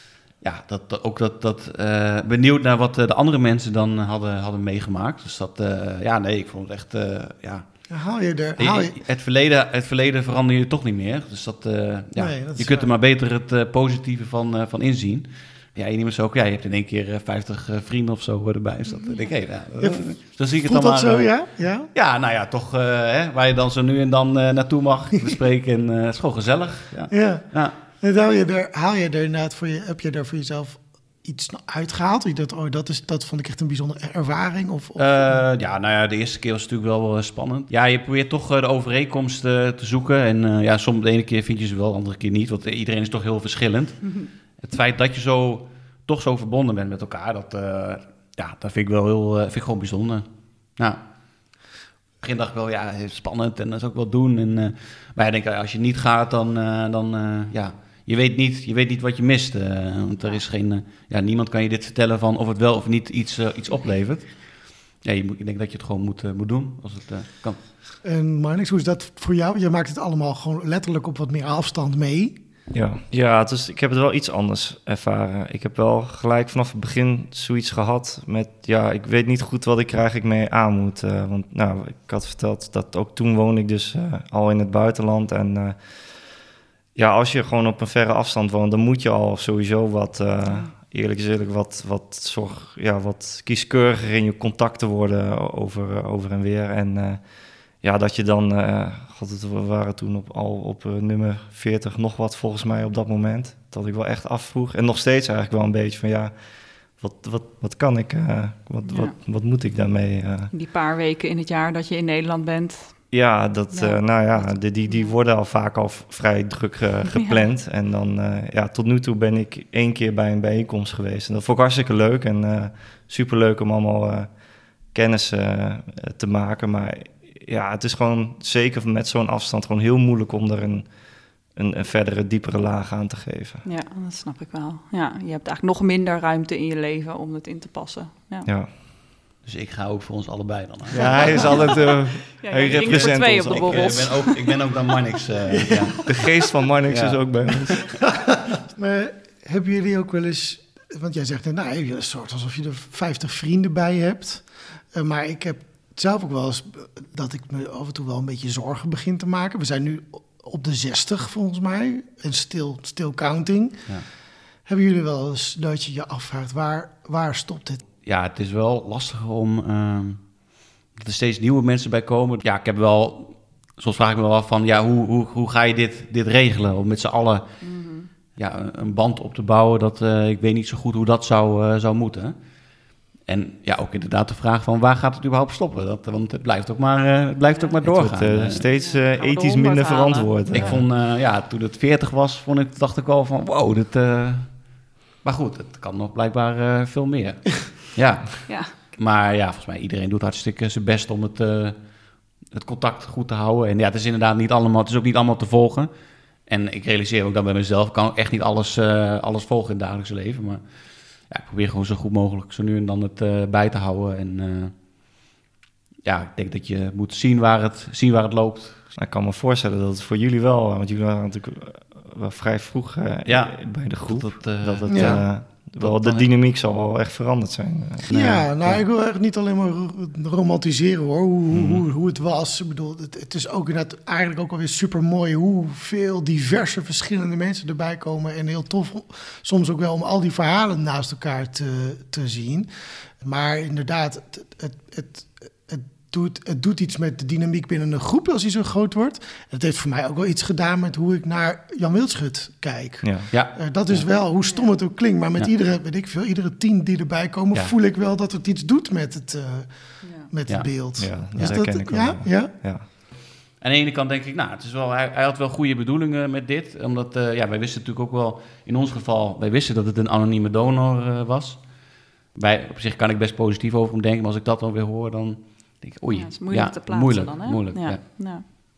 Speaker 4: ja, dat, dat, ook dat, dat uh, benieuwd naar wat uh, de andere mensen dan hadden, hadden meegemaakt. Dus dat, uh, ja, nee, ik vond het echt, uh, ja...
Speaker 2: Haal je er, haal je...
Speaker 4: Het, verleden, het verleden verander je toch niet meer. Dus dat, uh, ja,
Speaker 2: Nee, dat
Speaker 4: je
Speaker 2: is
Speaker 4: kunt er
Speaker 2: waar.
Speaker 4: maar beter het uh, positieve van, uh, van inzien. Ja, je neemt ook, ja, je hebt in één keer uh, vijftig uh, vrienden of zo erbij. Dus dat, uh, denk ik, hey, nou, uh, zo zie ik het
Speaker 2: Voelt
Speaker 4: dan
Speaker 2: dat
Speaker 4: maar.
Speaker 2: zo,
Speaker 4: uh,
Speaker 2: ja? Ja?
Speaker 4: Ja, nou ja, toch, uh, hè, waar je dan zo nu en dan uh, naartoe mag bespreken. En uh, het is gewoon gezellig. Ja.
Speaker 2: Ja.
Speaker 4: Ja.
Speaker 2: En haal je er, haal je er inderdaad voor je, heb je daar voor jezelf iets uitgehaald? Je dacht, oh, dat, is, dat vond ik echt een bijzondere ervaring? Of, of,
Speaker 4: Uh, ja, nou ja, de eerste keer was het natuurlijk wel uh, spannend. Ja, je probeert toch uh, de overeenkomst uh, te zoeken. En uh, ja, soms de ene keer vind je ze wel, de andere keer niet. Want iedereen is toch heel verschillend.
Speaker 3: Mhm.
Speaker 4: Het feit dat je zo, toch zo verbonden bent met elkaar, dat, uh, ja, dat vind ik wel heel, uh, vind ik gewoon bijzonder. Nou, in het begin dacht ik wel, ja, spannend en dat zou ik wel doen. En, uh, maar ja, denk, als je niet gaat, dan, uh, dan uh, ja... Je weet, niet, je weet niet wat je mist, uh, want er is geen, uh, ja, niemand kan je dit vertellen van of het wel of niet iets, uh, iets oplevert. Ja, je moet, ik denk dat je het gewoon moet, uh, moet doen als het uh, kan.
Speaker 2: En Marnix, hoe is dat voor jou? Je maakt het allemaal gewoon letterlijk op wat meer afstand mee.
Speaker 1: Ja, ja het is, ik heb het wel iets anders ervaren. Ik heb wel gelijk vanaf het begin zoiets gehad met... ja, ik weet niet goed wat ik er eigenlijk mee aan moet. Uh, want nou, ik had verteld dat ook toen woonde ik dus uh, al in het buitenland. En uh, ja, als je gewoon op een verre afstand woont... dan moet je al sowieso wat... Uh, eerlijk is eerlijk, wat, wat, zorg, ja, wat kieskeuriger in je contacten worden over, uh, over en weer. En uh, ja, dat je dan... Uh, God, het, we waren toen op, al op uh, nummer veertig nog wat volgens mij op dat moment. Dat ik wel echt afvroeg. En nog steeds eigenlijk wel een beetje van ja... Wat, wat, wat kan ik? Uh, wat,
Speaker 3: Ja.
Speaker 1: wat, wat moet ik daarmee? Uh?
Speaker 3: Die paar weken in het jaar dat je in Nederland bent.
Speaker 1: Ja, dat,
Speaker 3: Ja.
Speaker 1: Uh, nou ja, die, die, die worden al vaak al vrij druk uh, gepland. Ja. En dan, uh, ja, tot nu toe ben ik één keer bij een bijeenkomst geweest. En dat vond ik hartstikke leuk en uh, superleuk om allemaal uh, kennis uh, te maken. Maar ja, het is gewoon zeker met zo'n afstand gewoon heel moeilijk om er een, een, een verdere, diepere laag aan te geven.
Speaker 3: Ja, dat snap ik wel. Ja, je hebt eigenlijk nog minder ruimte in je leven om het in te passen. Ja,
Speaker 1: Ja.
Speaker 4: Dus ik ga ook voor ons allebei dan. Hè?
Speaker 1: Ja, hij is altijd... Uh,
Speaker 3: ja,
Speaker 1: hij
Speaker 3: je drinkt voor
Speaker 1: represent
Speaker 3: twee
Speaker 1: ons
Speaker 3: op de
Speaker 1: ook.
Speaker 4: Ik, uh,
Speaker 3: borrels.
Speaker 4: ben ook, ik ben ook dan Marnix. Uh, ja.
Speaker 1: De geest van Marnix
Speaker 4: Ja.
Speaker 1: is ook bij ons.
Speaker 2: Maar hebben jullie ook wel eens want jij zegt, nou, een soort alsof je er vijftig vrienden bij hebt. Uh, maar ik heb zelf ook wel eens dat ik me af en toe wel een beetje zorgen begin te maken. We zijn nu op de zestig volgens mij, en still, still counting. Ja. Hebben jullie wel eens dat je je afvraagt, waar, waar stopt dit?
Speaker 4: Ja, het is wel lastig om... Uh, dat er steeds nieuwe mensen bij komen. Ja, ik heb wel... Soms vraag ik me wel af van, ja, hoe, hoe, hoe ga je dit, dit regelen? Om met z'n allen mm-hmm. ja, een band op te bouwen. Dat, uh, ik weet niet zo goed hoe dat zou, uh, zou moeten. En ja, ook inderdaad de vraag van, waar gaat het überhaupt stoppen? Dat, want het blijft ook maar, uh, het blijft ook maar doorgaan.
Speaker 1: Het wordt uh, steeds uh, ethisch minder verantwoord.
Speaker 4: Ik ja. vond, uh, ja, toen het veertig was, vond ik, dacht ik wel van, wow, dit... Uh... Maar goed, het kan nog blijkbaar uh, veel meer. ja.
Speaker 3: ja.
Speaker 4: Maar ja, volgens mij iedereen doet hartstikke zijn best om het... Uh, het contact goed te houden. En ja, het is inderdaad niet allemaal, het is ook niet allemaal te volgen. En ik realiseer ook dat bij mezelf, ik kan ook echt niet alles, uh, alles volgen in het dagelijkse leven. Maar ja, ik probeer gewoon zo goed mogelijk zo nu en dan het uh, bij te houden. En uh, ja, ik denk dat je moet zien waar het, zien waar het loopt.
Speaker 1: Nou, ik kan me voorstellen dat het voor jullie wel, want jullie waren natuurlijk wel vrij vroeg uh,
Speaker 4: ja,
Speaker 1: bij de groep.
Speaker 4: Dat, uh,
Speaker 1: dat het... Ja. Uh, Wel, de dynamiek zal wel echt veranderd zijn.
Speaker 2: Ja, nee, nou, ja. ik wil echt niet alleen maar romantiseren, hoor, hoe, mm-hmm. hoe, hoe het was. Ik bedoel, het, het is ook inderdaad eigenlijk ook alweer super mooi hoeveel diverse verschillende mensen erbij komen. En heel tof, soms ook wel om al die verhalen naast elkaar te, te zien. Maar inderdaad, het, het, het, het, doet, het doet iets met de dynamiek binnen een groep als die zo groot wordt. Het heeft voor mij ook wel iets gedaan met hoe ik naar Jan Wildschut kijk. Ja.
Speaker 4: Ja.
Speaker 2: Uh, dat is ja. wel, hoe stom het ook klinkt, maar met ja. iedere, weet ik veel, iedere tien die erbij komen, ja. voel ik wel dat het iets doet met het, uh, ja. met
Speaker 1: ja.
Speaker 2: het beeld.
Speaker 1: Ja,
Speaker 2: is
Speaker 1: dat
Speaker 2: dat
Speaker 1: ken ik wel.
Speaker 2: Ja? Ja?
Speaker 1: Ja.
Speaker 4: Aan de ene kant denk ik, nou, het is wel, hij, hij had wel goede bedoelingen met dit. Omdat, uh, ja, wij wisten natuurlijk ook wel, in ons geval, wij wisten dat het een anonieme donor uh, was. Wij, op zich kan ik best positief over hem denken, maar als ik dat dan weer hoor, dan denk ik, oei.
Speaker 3: Ja, het is moeilijk
Speaker 4: ja,
Speaker 3: te plaatsen
Speaker 4: moeilijk,
Speaker 3: dan, hè?
Speaker 4: Moeilijk,
Speaker 3: ja.
Speaker 4: ja.
Speaker 3: ja.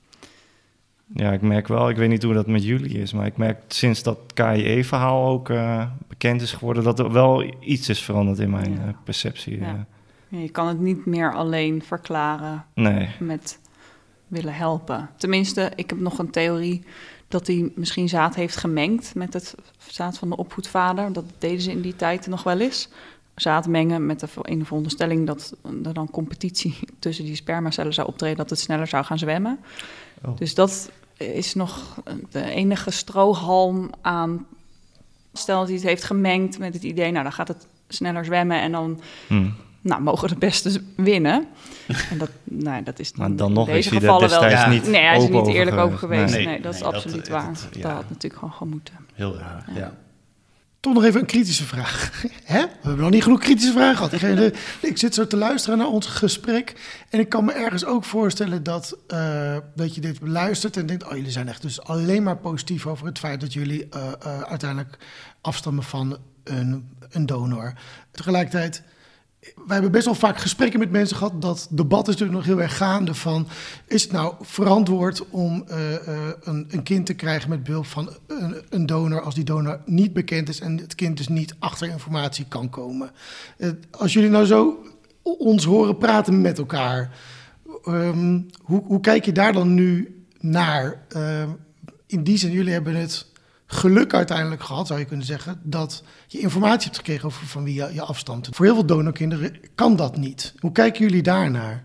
Speaker 1: Ja, ik merk wel, ik weet niet hoe dat met jullie is, maar ik merk sinds dat K I E-verhaal ook uh, bekend is geworden, dat er wel iets is veranderd in mijn ja. uh, perceptie.
Speaker 3: Ja.
Speaker 1: Uh.
Speaker 3: Ja, je kan het niet meer alleen verklaren
Speaker 1: nee.
Speaker 3: met willen helpen. Tenminste, ik heb nog een theorie dat hij misschien zaad heeft gemengd met het zaad van de opvoedvader. Dat deden ze in die tijd nog wel eens. Zaad mengen met de, in de veronderstelling dat er dan competitie tussen die spermacellen zou optreden, dat het sneller zou gaan zwemmen. Oh. Dus dat is nog de enige strohalm aan. Stel dat hij het heeft gemengd met het idee, nou dan gaat het sneller zwemmen en dan hmm. nou, mogen de beste winnen. En dat, nou, dat is
Speaker 1: maar dan
Speaker 3: in
Speaker 1: nog
Speaker 3: deze
Speaker 1: is hij
Speaker 3: gevallen
Speaker 1: destijds
Speaker 3: wel.
Speaker 1: niet
Speaker 3: nee, hij is er niet eerlijk
Speaker 1: over
Speaker 3: over geweest.
Speaker 1: Nee,
Speaker 3: nee, nee dat
Speaker 4: nee,
Speaker 3: is absoluut
Speaker 4: dat,
Speaker 3: waar.
Speaker 4: Het, ja.
Speaker 3: Dat had natuurlijk gewoon gemoeten.
Speaker 4: Heel raar, ja. ja.
Speaker 2: Toch nog even een kritische vraag. Hè? We hebben nog niet genoeg kritische vragen gehad. Degene, ik zit zo te luisteren naar ons gesprek. En ik kan me ergens ook voorstellen dat, uh, dat je dit beluistert en denkt, oh, jullie zijn echt dus alleen maar positief over het feit dat jullie uh, uh, uiteindelijk afstammen van een, een donor. Tegelijkertijd, wij hebben best wel vaak gesprekken met mensen gehad. Dat debat is natuurlijk nog heel erg gaande van, is het nou verantwoord om uh, uh, een, een kind te krijgen met behulp van een, een donor als die donor niet bekend is en het kind dus niet achter informatie kan komen. Uh, als jullie nou zo ons horen praten met elkaar, um, hoe, hoe kijk je daar dan nu naar? Uh, in die zin, jullie hebben het geluk uiteindelijk gehad, zou je kunnen zeggen, dat je informatie hebt gekregen over van wie je, je afstamt. Voor heel veel donorkinderen kan dat niet. Hoe kijken jullie daarnaar?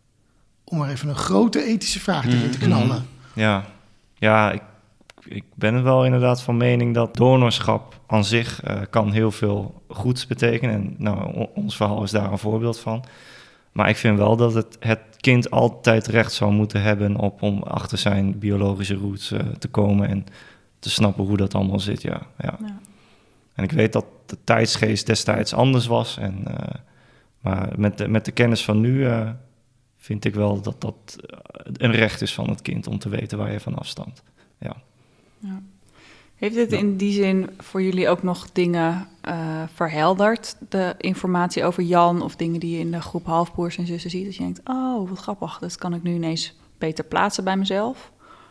Speaker 2: Om maar even een grote ethische vraag erin te knallen.
Speaker 1: Ja, ja ik, ik ben er wel inderdaad van mening dat donorschap aan zich uh, kan heel veel goeds betekenen. En nou, ons verhaal is daar een voorbeeld van. Maar ik vind wel dat het, het kind altijd recht zou moeten hebben op om achter zijn biologische roots uh, te komen en te snappen hoe dat allemaal zit, ja. ja. ja. En ik weet dat de tijdsgeest destijds anders was. En, uh, maar met de, met de kennis van nu uh, vind ik wel dat dat een recht is van het kind om te weten waar je van afstamt. Ja.
Speaker 3: Ja. Heeft dit ja. in die zin voor jullie ook nog dingen uh, verhelderd? De informatie over Jan of dingen die je in de groep halfbroers en zussen ziet? Dat je denkt, oh, wat grappig, dat kan ik nu ineens beter plaatsen bij mezelf?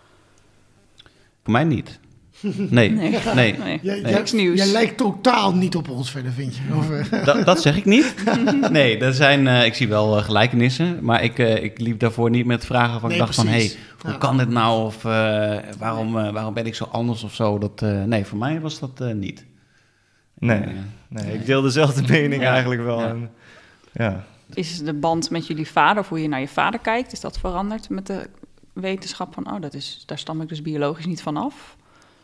Speaker 4: Voor mij niet. Nee, nee. nee.
Speaker 3: nee.
Speaker 2: Jij,
Speaker 3: nee. Niks nieuws.
Speaker 2: Jij lijkt totaal niet op ons verder, vind je? Of, uh...
Speaker 4: dat, dat zeg ik niet. Nee, er zijn, uh, ik zie wel uh, gelijkenissen, maar ik, uh, ik liep daarvoor niet met vragen van, nee, ik dacht precies. van, hé, hey, hoe ja. kan dit nou? Of uh, waarom, uh, waarom ben ik zo anders of zo? Dat, uh, nee, voor mij was dat uh, niet.
Speaker 1: Nee,
Speaker 4: Nee.
Speaker 1: nee, ik deel dezelfde mening
Speaker 4: Ja.
Speaker 1: eigenlijk wel.
Speaker 4: Ja.
Speaker 1: En, ja.
Speaker 3: Is de band met jullie vader, of hoe je naar je vader kijkt, is dat veranderd met de wetenschap van, oh, dat is, daar stam ik dus biologisch niet van af?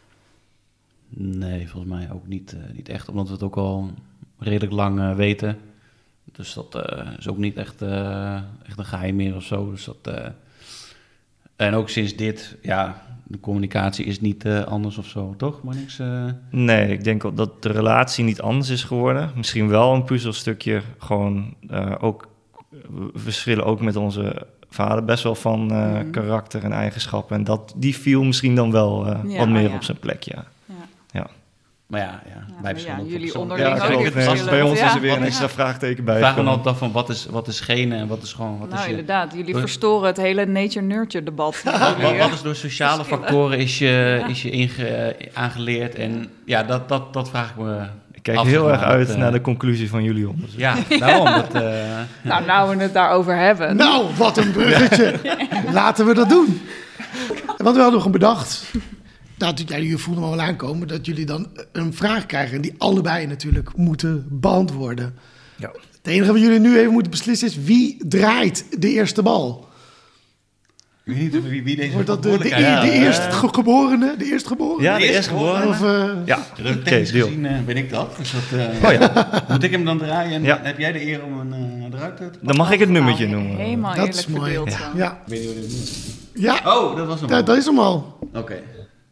Speaker 4: Nee, volgens mij ook niet, uh, niet echt, omdat we het ook al redelijk lang uh, weten. Dus dat uh, is ook niet echt, uh, echt een geheim meer of zo. Dus dat, uh... En ook sinds dit, ja, de communicatie is niet uh, anders of zo, toch? Maar niks... Uh...
Speaker 1: Nee, ik denk ook dat de relatie niet anders is geworden. Misschien wel een puzzelstukje, gewoon uh, ook... We verschillen ook met onze vader best wel van uh, mm. karakter en eigenschappen. En dat, die viel misschien dan wel uh, ja, wat meer ja. op zijn plek, ja.
Speaker 3: ja.
Speaker 1: ja.
Speaker 4: Maar ja, ja,
Speaker 3: ja
Speaker 4: wij
Speaker 3: maar ja, jullie
Speaker 4: persoon.
Speaker 3: onderling
Speaker 1: ja,
Speaker 3: ook weer verschillen.
Speaker 1: Bij ons
Speaker 3: ja.
Speaker 1: is er weer een
Speaker 3: ja.
Speaker 1: extra vraagteken bij.
Speaker 4: Vraag me altijd af van wat is, wat is gene en wat is gewoon... Wat
Speaker 3: nou,
Speaker 4: is je,
Speaker 3: inderdaad. Jullie
Speaker 4: door,
Speaker 3: verstoren het hele nature-nurture debat.
Speaker 4: wat, wat is door sociale factoren is je, ja. is je inge, aangeleerd? En ja, dat, dat, dat vraag ik me...
Speaker 1: Ik kijk heel erg uit uh, naar de conclusie van jullie onderzoek.
Speaker 4: Ja, daarom. Dat, uh,
Speaker 3: nou, nou we het daarover hebben.
Speaker 2: Nou, wat een bruggetje. Laten we dat doen. Want we hadden gewoon bedacht... Nou, ja, jullie voelden me wel aankomen dat jullie dan een vraag krijgen... en die allebei natuurlijk moeten beantwoorden.
Speaker 1: Ja.
Speaker 2: Het enige wat jullie nu even moeten beslissen is... wie draait de eerste bal?
Speaker 4: Ik weet niet wie, wie deze
Speaker 2: Wordt dat de, de, de,
Speaker 4: ja,
Speaker 2: de
Speaker 4: uh,
Speaker 2: eerstgeborene? De eerstgeborene?
Speaker 1: Ja, de eerstgeborene.
Speaker 2: Of, uh,
Speaker 1: ja,
Speaker 4: technisch okay, gezien uh, ben ik dat. Dus dat uh,
Speaker 1: oh, ja.
Speaker 4: Moet ik hem dan draaien en
Speaker 1: ja.
Speaker 4: heb jij de eer om een uh, eruit te...
Speaker 1: Dan mag ik het nummertje
Speaker 3: nou,
Speaker 1: noemen.
Speaker 3: Helemaal
Speaker 2: dat
Speaker 3: eerlijk
Speaker 2: is mooi.
Speaker 3: verdeeld.
Speaker 2: Ja. Ja.
Speaker 4: Ik weet niet hoe dit moet.
Speaker 2: Ja.
Speaker 4: Oh, dat was hem
Speaker 2: ja,
Speaker 4: al.
Speaker 2: dat is hem al.
Speaker 4: Oké. Okay.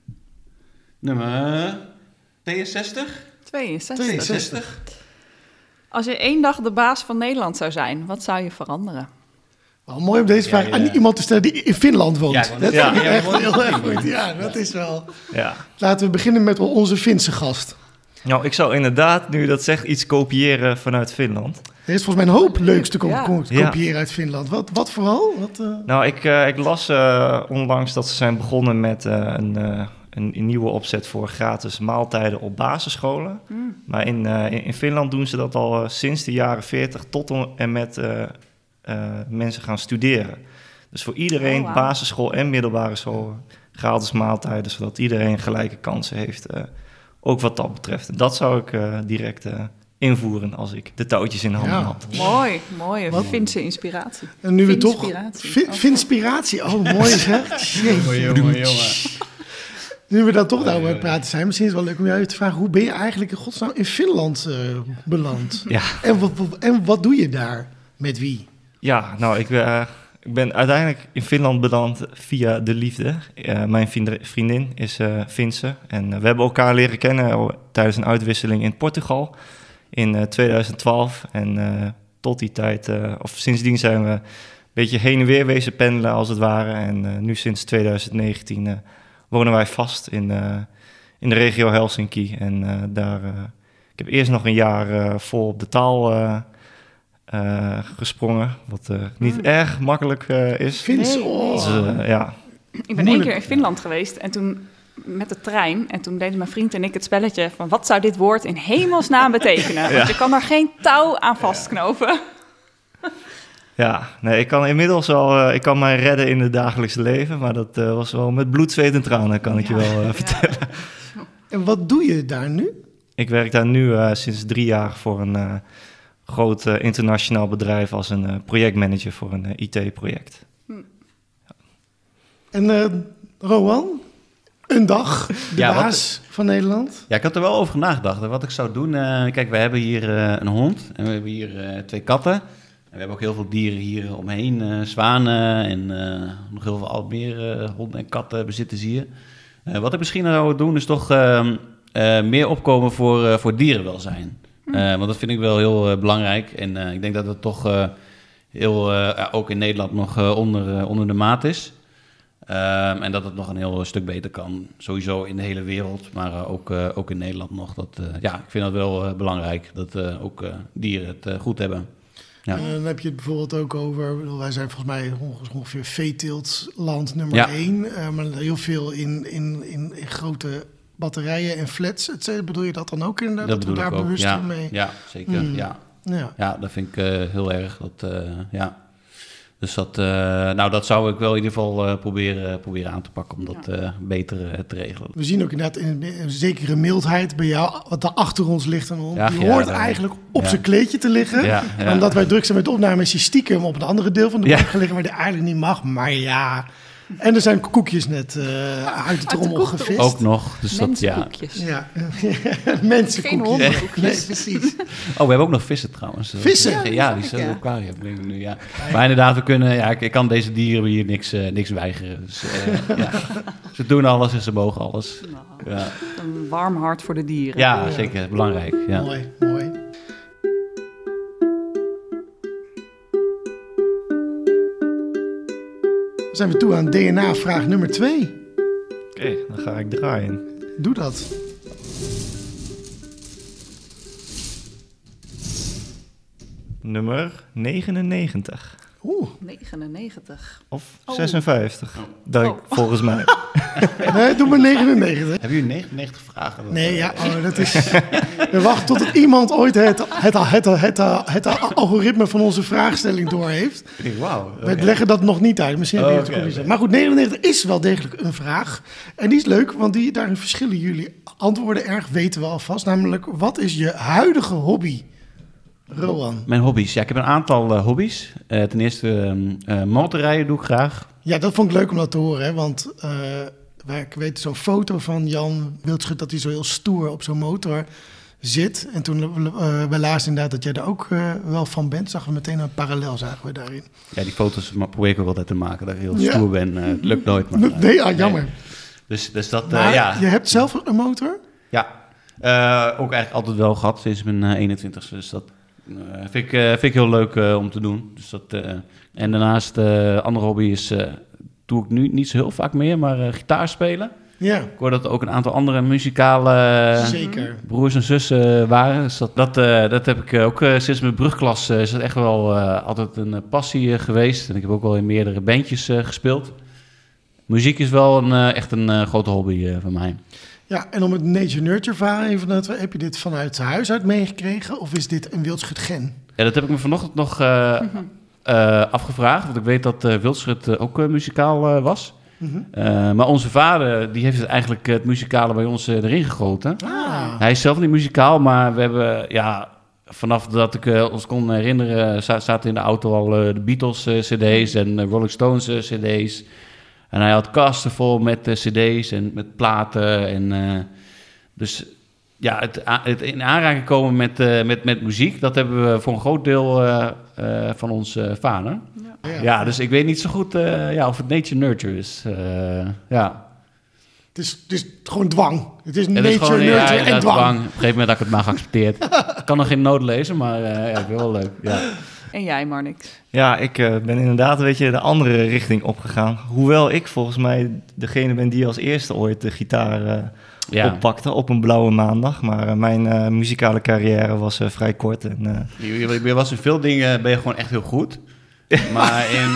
Speaker 4: Nummer tweeënzestig?
Speaker 3: tweeënzestig.
Speaker 4: tweeënzestig.
Speaker 3: Als je één dag de baas van Nederland zou zijn, wat zou je veranderen?
Speaker 2: Wel mooi om deze vraag ja, ja. aan iemand te stellen die in Finland woont. Ja, dat ja. is echt heel erg goed. Ja, dat is wel...
Speaker 1: Ja.
Speaker 2: Laten we beginnen met onze Finse gast.
Speaker 1: Nou, ik zou inderdaad, nu je dat zegt, iets kopiëren vanuit Finland.
Speaker 2: Er is volgens mij een hoop leuks te ko-
Speaker 3: ja.
Speaker 2: kopiëren
Speaker 1: ja.
Speaker 2: uit Finland. Wat, wat vooral? Wat, uh...
Speaker 1: Nou, ik, uh, ik las uh, onlangs dat ze zijn begonnen met uh, een, uh, een, een nieuwe opzet voor gratis maaltijden op basisscholen. Mm. Maar in, uh, in, in Finland doen ze dat al uh, sinds de jaren veertig tot en met uh, uh, mensen gaan studeren. Dus voor iedereen, oh, wow. basisschool en middelbare school, gratis maaltijden, zodat iedereen gelijke kansen heeft. Uh, ook wat dat betreft. En dat zou ik uh, direct... Uh, invoeren als ik de touwtjes in de handen
Speaker 3: ja.
Speaker 1: had.
Speaker 3: Mooi, mooie Wat? Finse inspiratie.
Speaker 2: En nu we toch... Finspiratie, oh mooi zeg.
Speaker 4: Jongen, jongen, jongen.
Speaker 2: Nu we daar toch nou aan het praten zijn, misschien is het wel leuk om jou te vragen, hoe ben je eigenlijk in godsnaam in Finland uh, beland?
Speaker 1: Ja.
Speaker 2: En, wat, en wat doe je daar? Met wie?
Speaker 1: Ja, nou, ik, uh, ik ben uiteindelijk in Finland beland via de liefde. Uh, mijn vriendin is uh, Finse en uh, we hebben elkaar leren kennen tijdens een uitwisseling in Portugal in uh, tweeduizend twaalf. En uh, tot die tijd, uh, of sindsdien zijn we een beetje heen en weer wezen pendelen als het ware. En uh, nu sinds tweeduizend negentien uh, wonen wij vast in, uh, in de regio Helsinki. En uh, daar, uh, ik heb eerst nog een jaar uh, vol op de taal uh, uh, gesprongen, wat uh, niet mm. erg makkelijk uh, is.
Speaker 2: Fins, nee. oh.
Speaker 1: Dus, uh, ja.
Speaker 3: Ik ben één keer in Finland geweest en toen met de trein. En toen deden mijn vriend en ik het spelletje van wat zou dit woord in hemelsnaam betekenen? Ja. Want je kan er geen touw aan vastknopen.
Speaker 1: Ja, nee, ik kan inmiddels wel, uh, ik kan mij redden in het dagelijkse leven, maar dat uh, was wel met bloed, zweet en tranen, kan ik ja. je wel uh, vertellen.
Speaker 2: Ja. En wat doe je daar nu?
Speaker 1: Ik werk daar nu uh, sinds drie jaar voor een uh, groot uh, internationaal bedrijf als een uh, projectmanager voor een uh, I T-project. Hm.
Speaker 2: Ja. En uh, Rowan? Een dag, de ja, baas wat, van Nederland.
Speaker 4: Ja, ik had er wel over nagedacht. Wat ik zou doen... Uh, kijk, we hebben hier uh, een hond en we hebben hier uh, twee katten. En we hebben ook heel veel dieren hier omheen. Uh, zwanen en uh, nog heel veel meer uh, honden en katten bezitten zie je. Uh, wat ik misschien zou doen is toch uh, uh, meer opkomen voor, uh, voor dierenwelzijn. Uh, want dat vind ik wel heel uh, belangrijk. En uh, ik denk dat het toch uh, heel, uh, ook in Nederland nog uh, onder, uh, onder de maat is. Um, en dat het nog een heel stuk beter kan. Sowieso in de hele wereld, maar uh, ook, uh, ook in Nederland nog. Dat, uh, ja, ik vind dat wel uh, belangrijk, dat uh, ook uh, dieren het uh, goed hebben. Ja.
Speaker 2: En dan heb je het bijvoorbeeld ook over... Wij zijn volgens mij ongeveer veeteeltland nummer
Speaker 4: ja.
Speaker 2: één. Uh, maar heel veel in, in, in, in grote batterijen en flats. Et bedoel je dat dan ook inderdaad?
Speaker 4: Dat,
Speaker 2: dat
Speaker 4: bedoel
Speaker 2: we daar
Speaker 4: ik ook,
Speaker 2: bewust
Speaker 4: ja.
Speaker 2: mee...
Speaker 4: Ja, zeker, hmm. ja. Ja. ja, dat vind ik uh, heel erg. Dat, uh, ja. Dus dat, uh, nou, dat zou ik wel in ieder geval uh, proberen, proberen aan te pakken om dat uh, beter uh, te regelen.
Speaker 2: We zien ook inderdaad in een zekere mildheid bij jou, wat daar achter ons ligt. Een hond.
Speaker 4: Ja,
Speaker 2: die
Speaker 4: ja,
Speaker 2: hoort
Speaker 4: dan,
Speaker 2: eigenlijk op
Speaker 4: ja.
Speaker 2: zijn kleedje te liggen.
Speaker 4: Ja, ja.
Speaker 2: En omdat wij druk zijn met de opname is hij stiekem op een andere deel van de
Speaker 4: Ja.
Speaker 2: bank gelegen waar hij eigenlijk niet mag. Maar ja... En er zijn koekjes net uh, uit de trommel gevist.
Speaker 4: Ook nog. Dus dat, ja.
Speaker 3: Mensenkoekjes.
Speaker 2: Ja, mensenkoekjes.
Speaker 3: Geen hondenkoekjes.
Speaker 2: Nee, precies.
Speaker 4: Oh, we hebben ook nog vissen trouwens.
Speaker 2: Vissen?
Speaker 4: Ja,
Speaker 3: Ja,
Speaker 4: die
Speaker 3: die
Speaker 4: zijn
Speaker 3: zag
Speaker 4: op
Speaker 3: ik,
Speaker 4: aquarium. denk ik nu, ja. Maar inderdaad, we kunnen, ja, ik, ik kan deze dieren hier niks, uh, niks weigeren. Dus, uh, ja. Ze doen alles en ze mogen alles.
Speaker 3: Nou,
Speaker 4: Ja,
Speaker 3: een warm hart voor de dieren.
Speaker 4: ja
Speaker 2: Ja.
Speaker 4: zeker. Belangrijk. Ja.
Speaker 2: Mooi, mooi. Dan zijn we toe aan D N A-vraag nummer twee.
Speaker 1: Oké, okay, dan ga ik draaien.
Speaker 2: Doe dat.
Speaker 1: Nummer negenennegentig.
Speaker 2: Oeh,
Speaker 3: negenennegentig.
Speaker 1: Of
Speaker 3: Oh.
Speaker 1: zesenvijftig. Dat
Speaker 3: Oh.
Speaker 1: volgens mij.
Speaker 2: nee, doe maar negenennegentig.
Speaker 4: Hebben jullie negenennegentig vragen? Dat,
Speaker 2: Nee, ja, oh, dat is... We wachten tot iemand ooit het, het, het, het, het, het algoritme van onze vraagstelling door heeft.
Speaker 4: Ik denk, wauw.
Speaker 2: We
Speaker 4: oké.
Speaker 2: leggen dat nog niet uit. Misschien
Speaker 4: Oh,
Speaker 2: heb je het
Speaker 4: oké,
Speaker 2: ook niet
Speaker 4: oké.
Speaker 2: gezegd. Maar goed, negenennegentig is wel degelijk een vraag. En die is leuk, want die, daarin verschillen jullie antwoorden erg, weten we alvast. Namelijk, wat is je huidige hobby? Rowan.
Speaker 4: Mijn hobby's. Ja, ik heb een aantal uh, hobby's. Uh, ten eerste uh, motorrijden doe ik graag.
Speaker 2: Ja, dat vond ik leuk om dat te horen. Hè? Want uh, wij, ik weet zo'n foto van Jan Wildschut dat hij zo heel stoer op zo'n motor zit. En toen uh, we lazen inderdaad dat jij er ook uh, wel van bent. Zagen we meteen een parallel, zagen we daarin.
Speaker 4: Ja, die foto's ma- probeer ik ook altijd te maken. Dat ik heel
Speaker 2: Ja.
Speaker 4: stoer ben. Uh, het lukt nooit. Maar, uh,
Speaker 2: Nee, ah, jammer.
Speaker 4: nee. Dus, dus dat, uh,
Speaker 2: Maar
Speaker 4: ja.
Speaker 2: je hebt zelf een motor?
Speaker 4: Ja, uh, ook eigenlijk altijd wel gehad sinds mijn uh, eenentwintigste. Dus dat uh, vind, ik, uh, vind ik heel leuk uh, om te doen. Dus dat, uh, en daarnaast, uh, andere hobby is, uh, doe ik nu niet zo heel vaak meer, maar uh, gitaar spelen.
Speaker 2: Ja,
Speaker 4: Ik hoor dat er ook een aantal andere muzikale
Speaker 2: zeker.
Speaker 4: broers en zussen waren. Dus dat, dat, uh, dat heb ik uh, ook uh, sinds mijn brugklas uh, is dat echt wel uh, altijd een uh, passie uh, geweest. En ik heb ook wel in meerdere bandjes uh, gespeeld. Muziek is wel een, uh, echt een uh, grote hobby uh, van mij.
Speaker 2: Ja, en om het nature-nurture verhaal even naar te... Heb je dit vanuit huis uit meegekregen? Of is dit een Wildschut gen?
Speaker 4: Ja, dat heb ik me vanochtend nog uh, uh, afgevraagd. Want ik weet dat uh, Wildschut uh, ook uh, muzikaal uh, was.
Speaker 2: Mm-hmm.
Speaker 4: Uh, maar onze vader die heeft het eigenlijk uh, het muzikale bij ons uh, erin gegoten.
Speaker 2: Ah,
Speaker 4: Hij is zelf niet muzikaal, maar we hebben... ja, vanaf dat ik uh, ons kon herinneren... za- zaten in de auto al uh, de Beatles uh, cd's en uh, Rolling Stones uh, cd's. En hij had kasten vol met uh, cd's en met platen. En, uh, dus ja, het, a- het in aanraking komen met, uh, met, met muziek... dat hebben we voor een groot deel uh, uh, van ons uh, vader.
Speaker 2: ja.
Speaker 4: Ja, dus ik weet niet zo goed uh, ja, of het nature-nurture is. Uh, ja.
Speaker 2: Het is, het is gewoon dwang. Het is
Speaker 4: Het is gewoon, ja,
Speaker 2: nature-nurture en
Speaker 4: inderdaad
Speaker 2: dwang.
Speaker 4: dwang. Op een gegeven moment heb ik het maar geaccepteerd. Ik kan nog geen noot lezen, maar uh, ja, ik vind het wel leuk. Ja.
Speaker 3: En jij, Marnix?
Speaker 1: Ja, ik uh, ben inderdaad een beetje de andere richting opgegaan. Hoewel ik volgens mij degene ben die als eerste ooit de gitaar uh,
Speaker 4: Ja.
Speaker 1: oppakte op een blauwe maandag. Maar uh, mijn uh, muzikale carrière was uh, vrij kort. En, uh,
Speaker 4: Je, je, je was in veel dingen ben je gewoon echt heel goed. Maar in...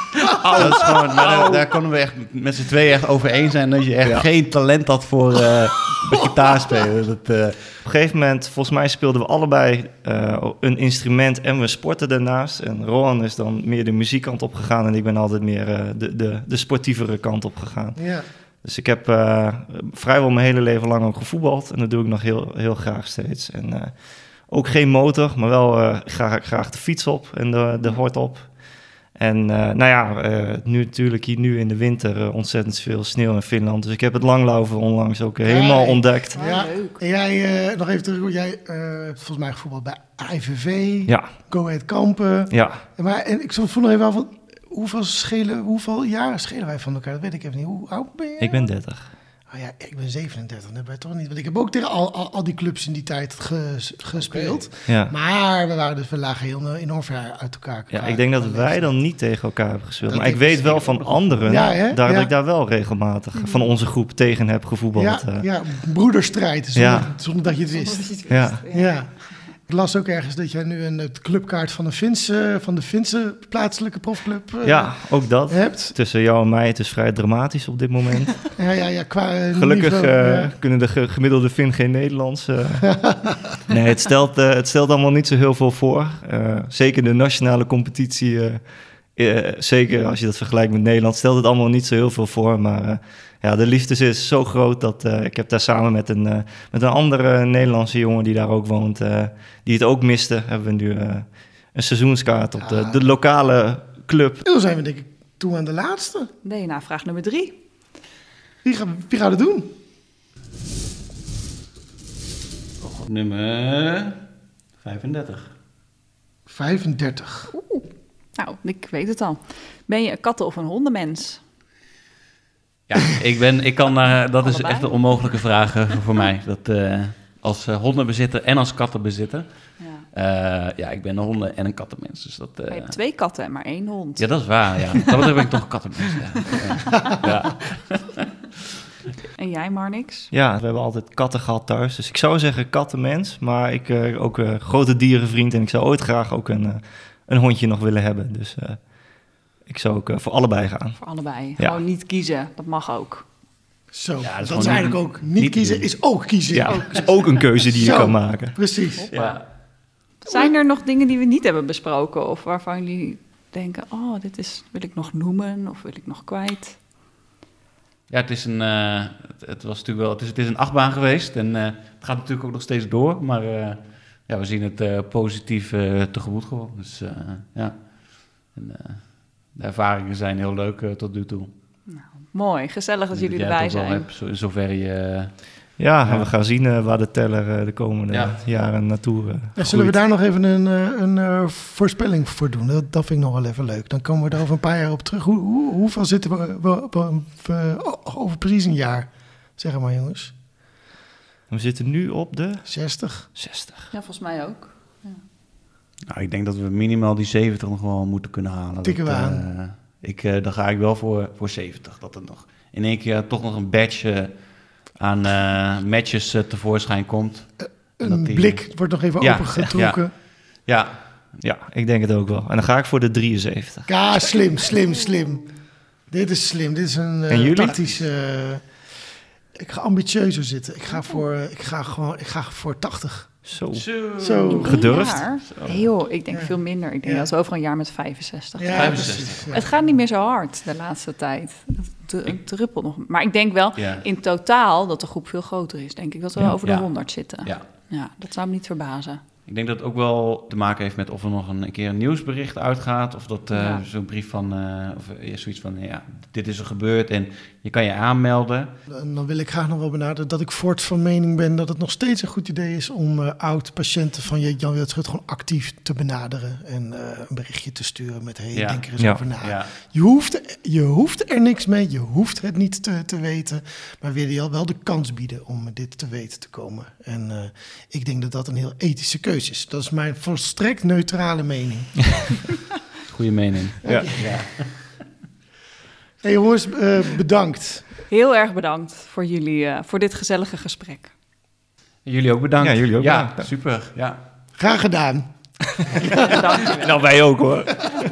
Speaker 4: dat is gewoon, maar daar, daar konden we echt met z'n tweeën echt over eens zijn... dat je echt
Speaker 1: Ja.
Speaker 4: geen talent had voor uh, gitaarspelen. Dat, uh,
Speaker 1: Op een gegeven moment, volgens mij speelden we allebei uh, een instrument en we sporten daarnaast. En Rowan is dan meer de muziekkant op gegaan en ik ben altijd meer uh, de, de, de sportievere kant op gegaan.
Speaker 2: Ja.
Speaker 1: Dus ik heb uh, vrijwel mijn hele leven lang ook gevoetbald en dat doe ik nog heel, heel graag steeds. En uh, ook geen motor, maar wel uh, graag, graag de fiets op en de, de hort op. En uh, nou ja, uh, nu natuurlijk hier nu in de winter uh, ontzettend veel sneeuw in Finland. Dus ik heb het langlaufen onlangs ook uh, helemaal
Speaker 2: Kijk.
Speaker 1: ontdekt.
Speaker 3: Oh,
Speaker 2: Ja.
Speaker 3: leuk.
Speaker 2: En jij, uh, nog even terug, jij uh, hebt volgens mij gevoetbald bij I V V,
Speaker 1: Ja,
Speaker 2: Go Ahead Kampen.
Speaker 1: ja.
Speaker 2: Maar en ik vroeg nog even af, van, hoeveel, schelen, hoeveel jaren schelen wij van elkaar? Dat weet ik even niet. Hoe oud ben je?
Speaker 1: Ik ben dertig.
Speaker 2: Oh ja, ik ben zevenendertig, dat ben je toch niet. Want ik heb ook tegen al, al, al die clubs in die tijd ges- gespeeld.
Speaker 1: Ja.
Speaker 2: Maar we, waren dus, we lagen heel enorm ver uit elkaar.
Speaker 1: Ja, ik denk dat wij dan niet tegen elkaar hebben gespeeld.
Speaker 2: Dat
Speaker 1: Maar ik
Speaker 2: denk ik
Speaker 1: weet wel
Speaker 2: zeker
Speaker 1: van anderen
Speaker 2: Ja, hè?
Speaker 1: daar
Speaker 2: Ja.
Speaker 1: dat ik daar wel regelmatig van onze groep tegen heb gevoetbald.
Speaker 2: Ja,
Speaker 1: eh.
Speaker 2: ja, broederstrijd, zonder,
Speaker 1: Ja.
Speaker 2: zonder dat je het wist.
Speaker 3: Omdat je het
Speaker 1: Ja.
Speaker 3: wist,
Speaker 2: Ja. Ik las ook ergens dat jij nu een eh, clubkaart van de Finse, van de Finse plaatselijke profclub uh,
Speaker 1: Ja, ook dat.
Speaker 2: hebt.
Speaker 1: Tussen jou en mij, het is vrij dramatisch op dit moment.
Speaker 2: Ja, ja, ja, qua eh,
Speaker 1: Gelukkig
Speaker 2: niveau,
Speaker 1: eh,
Speaker 2: ja.
Speaker 1: kunnen de ge- gemiddelde Fin geen Nederlands. eh. nee, het stelt, eh, het stelt allemaal niet zo heel veel voor. Eh, zeker de nationale competitie eh, Uh, zeker als je dat vergelijkt met Nederland, stelt het allemaal niet zo heel veel voor. Maar uh, ja, de liefde is zo groot dat uh, ik heb daar samen met een, uh, met een andere Nederlandse jongen die daar ook woont, uh, die het ook miste, hebben we nu uh, een seizoenskaart op de, de lokale club.
Speaker 2: En dan zijn we denk ik toe aan de laatste.
Speaker 3: Nee, nou, vraag nummer drie.
Speaker 2: Wie gaat, wie gaat het doen?
Speaker 4: Nummer vijfendertig.
Speaker 2: vijfendertig.
Speaker 3: Oeh. Nou, ik weet het al. Ben je een katten- of een hondenmens?
Speaker 4: Ja, ik ben, ik kan, uh, dat is
Speaker 3: Allebei?
Speaker 4: echt een onmogelijke vraag uh, voor mij. Dat, uh, als uh, hondenbezitter en als kattenbezitter.
Speaker 3: Ja.
Speaker 4: Uh, ja, ik ben een honden- en een kattenmens. Dus dat, uh,
Speaker 3: Je hebt twee katten en maar één hond.
Speaker 4: ja, dat is waar. Ja. Dat ben ik toch een kattenmens. Ja. Ja.
Speaker 3: En jij, Marnix?
Speaker 1: Ja, we hebben altijd katten gehad thuis. Dus ik zou zeggen kattenmens, maar ik uh, ook een uh, grote dierenvriend. En ik zou ooit graag ook een, uh, een hondje nog willen hebben. Dus uh, ik zou ook uh, voor allebei gaan.
Speaker 3: Voor allebei.
Speaker 1: Ja.
Speaker 3: Gewoon niet kiezen. Dat mag ook.
Speaker 2: Zo,
Speaker 4: Ja, dat
Speaker 2: dat
Speaker 4: is
Speaker 2: is
Speaker 4: gewoon
Speaker 2: eigenlijk
Speaker 4: niet-
Speaker 2: ook niet,
Speaker 4: niet
Speaker 2: kiezen,
Speaker 4: doen.
Speaker 2: is ook kiezen.
Speaker 1: Ja,
Speaker 2: Ook.
Speaker 1: dat is ook een keuze die je
Speaker 2: Zo.
Speaker 1: kan maken.
Speaker 2: Precies.
Speaker 4: Ja.
Speaker 3: Zijn er nog dingen die we niet hebben besproken? Of waarvan jullie denken, oh, dit is, wil ik nog noemen of wil ik nog kwijt?
Speaker 4: Ja, het is een, uh, het, het was natuurlijk wel, het is, het is een achtbaan geweest en uh, het gaat natuurlijk ook nog steeds door, maar uh, ja, we zien het uh, positief uh, tegemoet gewoon. Dus uh, ja, en, uh, de ervaringen zijn heel leuk uh, tot nu toe.
Speaker 3: Nou, mooi, gezellig dat
Speaker 4: Ik denk
Speaker 3: jullie
Speaker 4: jij
Speaker 3: erbij
Speaker 4: het ook wel
Speaker 3: zijn.
Speaker 4: hebt, zo, in zoverre je... Uh,
Speaker 1: Ja,
Speaker 4: Ja.
Speaker 1: en we gaan zien uh, waar de teller uh, de komende
Speaker 4: Ja.
Speaker 1: jaren naartoe uh,
Speaker 2: Ja, zullen we
Speaker 1: groeit.
Speaker 2: daar nog even een, uh, een uh, voorspelling voor doen? Dat, dat vind ik nog wel even leuk. Dan komen we daar over een paar jaar op terug. Hoe, hoe, hoeveel zitten we, we, we, we oh, over precies een jaar? Zeg maar jongens.
Speaker 1: We zitten nu op de
Speaker 2: zestig.
Speaker 1: zestig.
Speaker 3: Ja, volgens mij ook.
Speaker 4: nou, ik denk dat we minimaal die zeventig nog wel moeten kunnen halen.
Speaker 2: Tikken
Speaker 4: dat,
Speaker 2: we
Speaker 4: uh,
Speaker 2: aan.
Speaker 4: Ik, uh, dan ga ik wel voor, voor zeventig. Dat er nog in één keer toch nog een badge uh, aan uh, matches uh, tevoorschijn komt. En dat
Speaker 2: Een
Speaker 4: die-
Speaker 2: blik wordt nog even
Speaker 4: Ja,
Speaker 2: opengetrokken.
Speaker 4: Ja,
Speaker 1: Ja, ik denk het ook wel. En dan ga ik voor de drieënzeventig.
Speaker 2: Ja, slim, slim, slim. Dit is slim. Dit is een
Speaker 1: En
Speaker 2: uh,
Speaker 1: jullie?
Speaker 2: tactische... uh, ik ga ambitieuzer zitten. Ik ga voor, uh, ik ga gewoon, ik ga voor tachtig.
Speaker 1: Zo.
Speaker 2: Zo.
Speaker 1: Gedurfd?
Speaker 3: Een jaar? Nee joh, ik denk
Speaker 2: Ja.
Speaker 3: veel minder. Ik denk
Speaker 2: Ja.
Speaker 3: dat we over een jaar met vijfenzestig.
Speaker 2: Ja,
Speaker 4: vijfenzestig.
Speaker 2: precies. Ja.
Speaker 3: Het gaat niet meer zo hard de laatste tijd. Het dru- druppelt nog. Maar ik denk wel
Speaker 4: Ja.
Speaker 3: in totaal dat de groep veel groter is. Denk ik dat we
Speaker 1: Ja.
Speaker 3: over de
Speaker 4: Ja.
Speaker 3: honderd zitten.
Speaker 4: ja.
Speaker 3: Ja, dat zou me niet verbazen.
Speaker 4: Ik denk dat het ook wel te maken heeft met of er nog een, een keer een nieuwsbericht uitgaat. Of dat uh,
Speaker 3: Ja.
Speaker 4: zo'n brief van, uh, of uh, zoiets van, ja, dit is er gebeurd en je kan je aanmelden.
Speaker 2: En dan wil ik graag nog wel benadrukken dat ik voort van mening ben dat het nog steeds een goed idee is om uh, oud-patiënten van je Jan Wildschut gewoon actief te benaderen. En uh, een berichtje te sturen met, hey,
Speaker 4: Ja.
Speaker 2: denk er eens
Speaker 1: Ja.
Speaker 2: over na.
Speaker 4: Ja.
Speaker 2: Je, hoeft, je hoeft er niks mee, je hoeft het niet te, te weten. Maar wil je al wel de kans bieden om dit te weten te komen. En uh, ik denk dat dat een heel ethische keuze is. Dat is mijn volstrekt neutrale mening.
Speaker 4: Goeie mening.
Speaker 1: Ja.
Speaker 4: Ja.
Speaker 2: Hey jongens, uh, bedankt.
Speaker 3: Heel erg bedankt voor jullie, uh, voor dit gezellige gesprek.
Speaker 4: Jullie ook bedankt.
Speaker 1: Ja, jullie ook
Speaker 4: ja,
Speaker 1: bedankt.
Speaker 4: super. Ja.
Speaker 2: Graag gedaan.
Speaker 3: Dankjewel.
Speaker 1: Nou, wij ook hoor.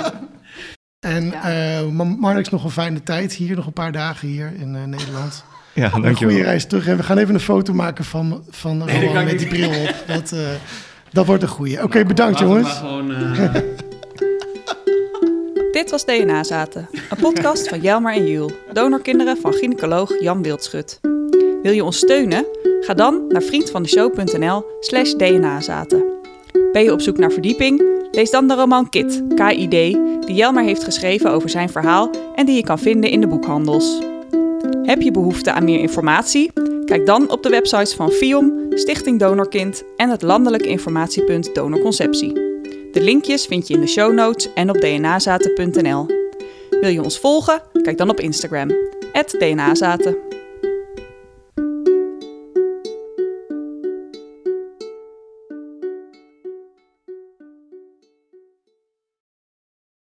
Speaker 2: En
Speaker 3: Ja.
Speaker 2: uh, Marnix, nog een fijne tijd hier, nog een paar dagen hier in uh, Nederland.
Speaker 1: Ja,
Speaker 2: Een goede
Speaker 1: dankjewel.
Speaker 2: reis terug. En we gaan even een foto maken van, van
Speaker 4: dat
Speaker 2: Rowan
Speaker 4: kan
Speaker 2: met
Speaker 4: ik
Speaker 2: die
Speaker 4: niet.
Speaker 2: bril op. Dat, uh, dat wordt een goeie. Oké, okay, bedankt
Speaker 4: Laten we
Speaker 2: jongens.
Speaker 4: maar gewoon, uh,
Speaker 3: Dit was D N A-zaten, een podcast van Jelmer en Jules, donorkinderen van gynaecoloog Jan Wildschut. Wil je ons steunen? Ga dan naar vriendvandeshow.nl slash dnazaten. Ben je op zoek naar verdieping? Lees dan de roman Kit, K I D, die Jelmer heeft geschreven over zijn verhaal en die je kan vinden in de boekhandels. Heb je behoefte aan meer informatie? Kijk dan op de websites van FIOM, Stichting Donorkind en het landelijk informatiepunt Donorconceptie. De linkjes vind je in de show notes en op d n a zaten punt n l. Wil je ons volgen? Kijk dan op Instagram, at d n a zaten.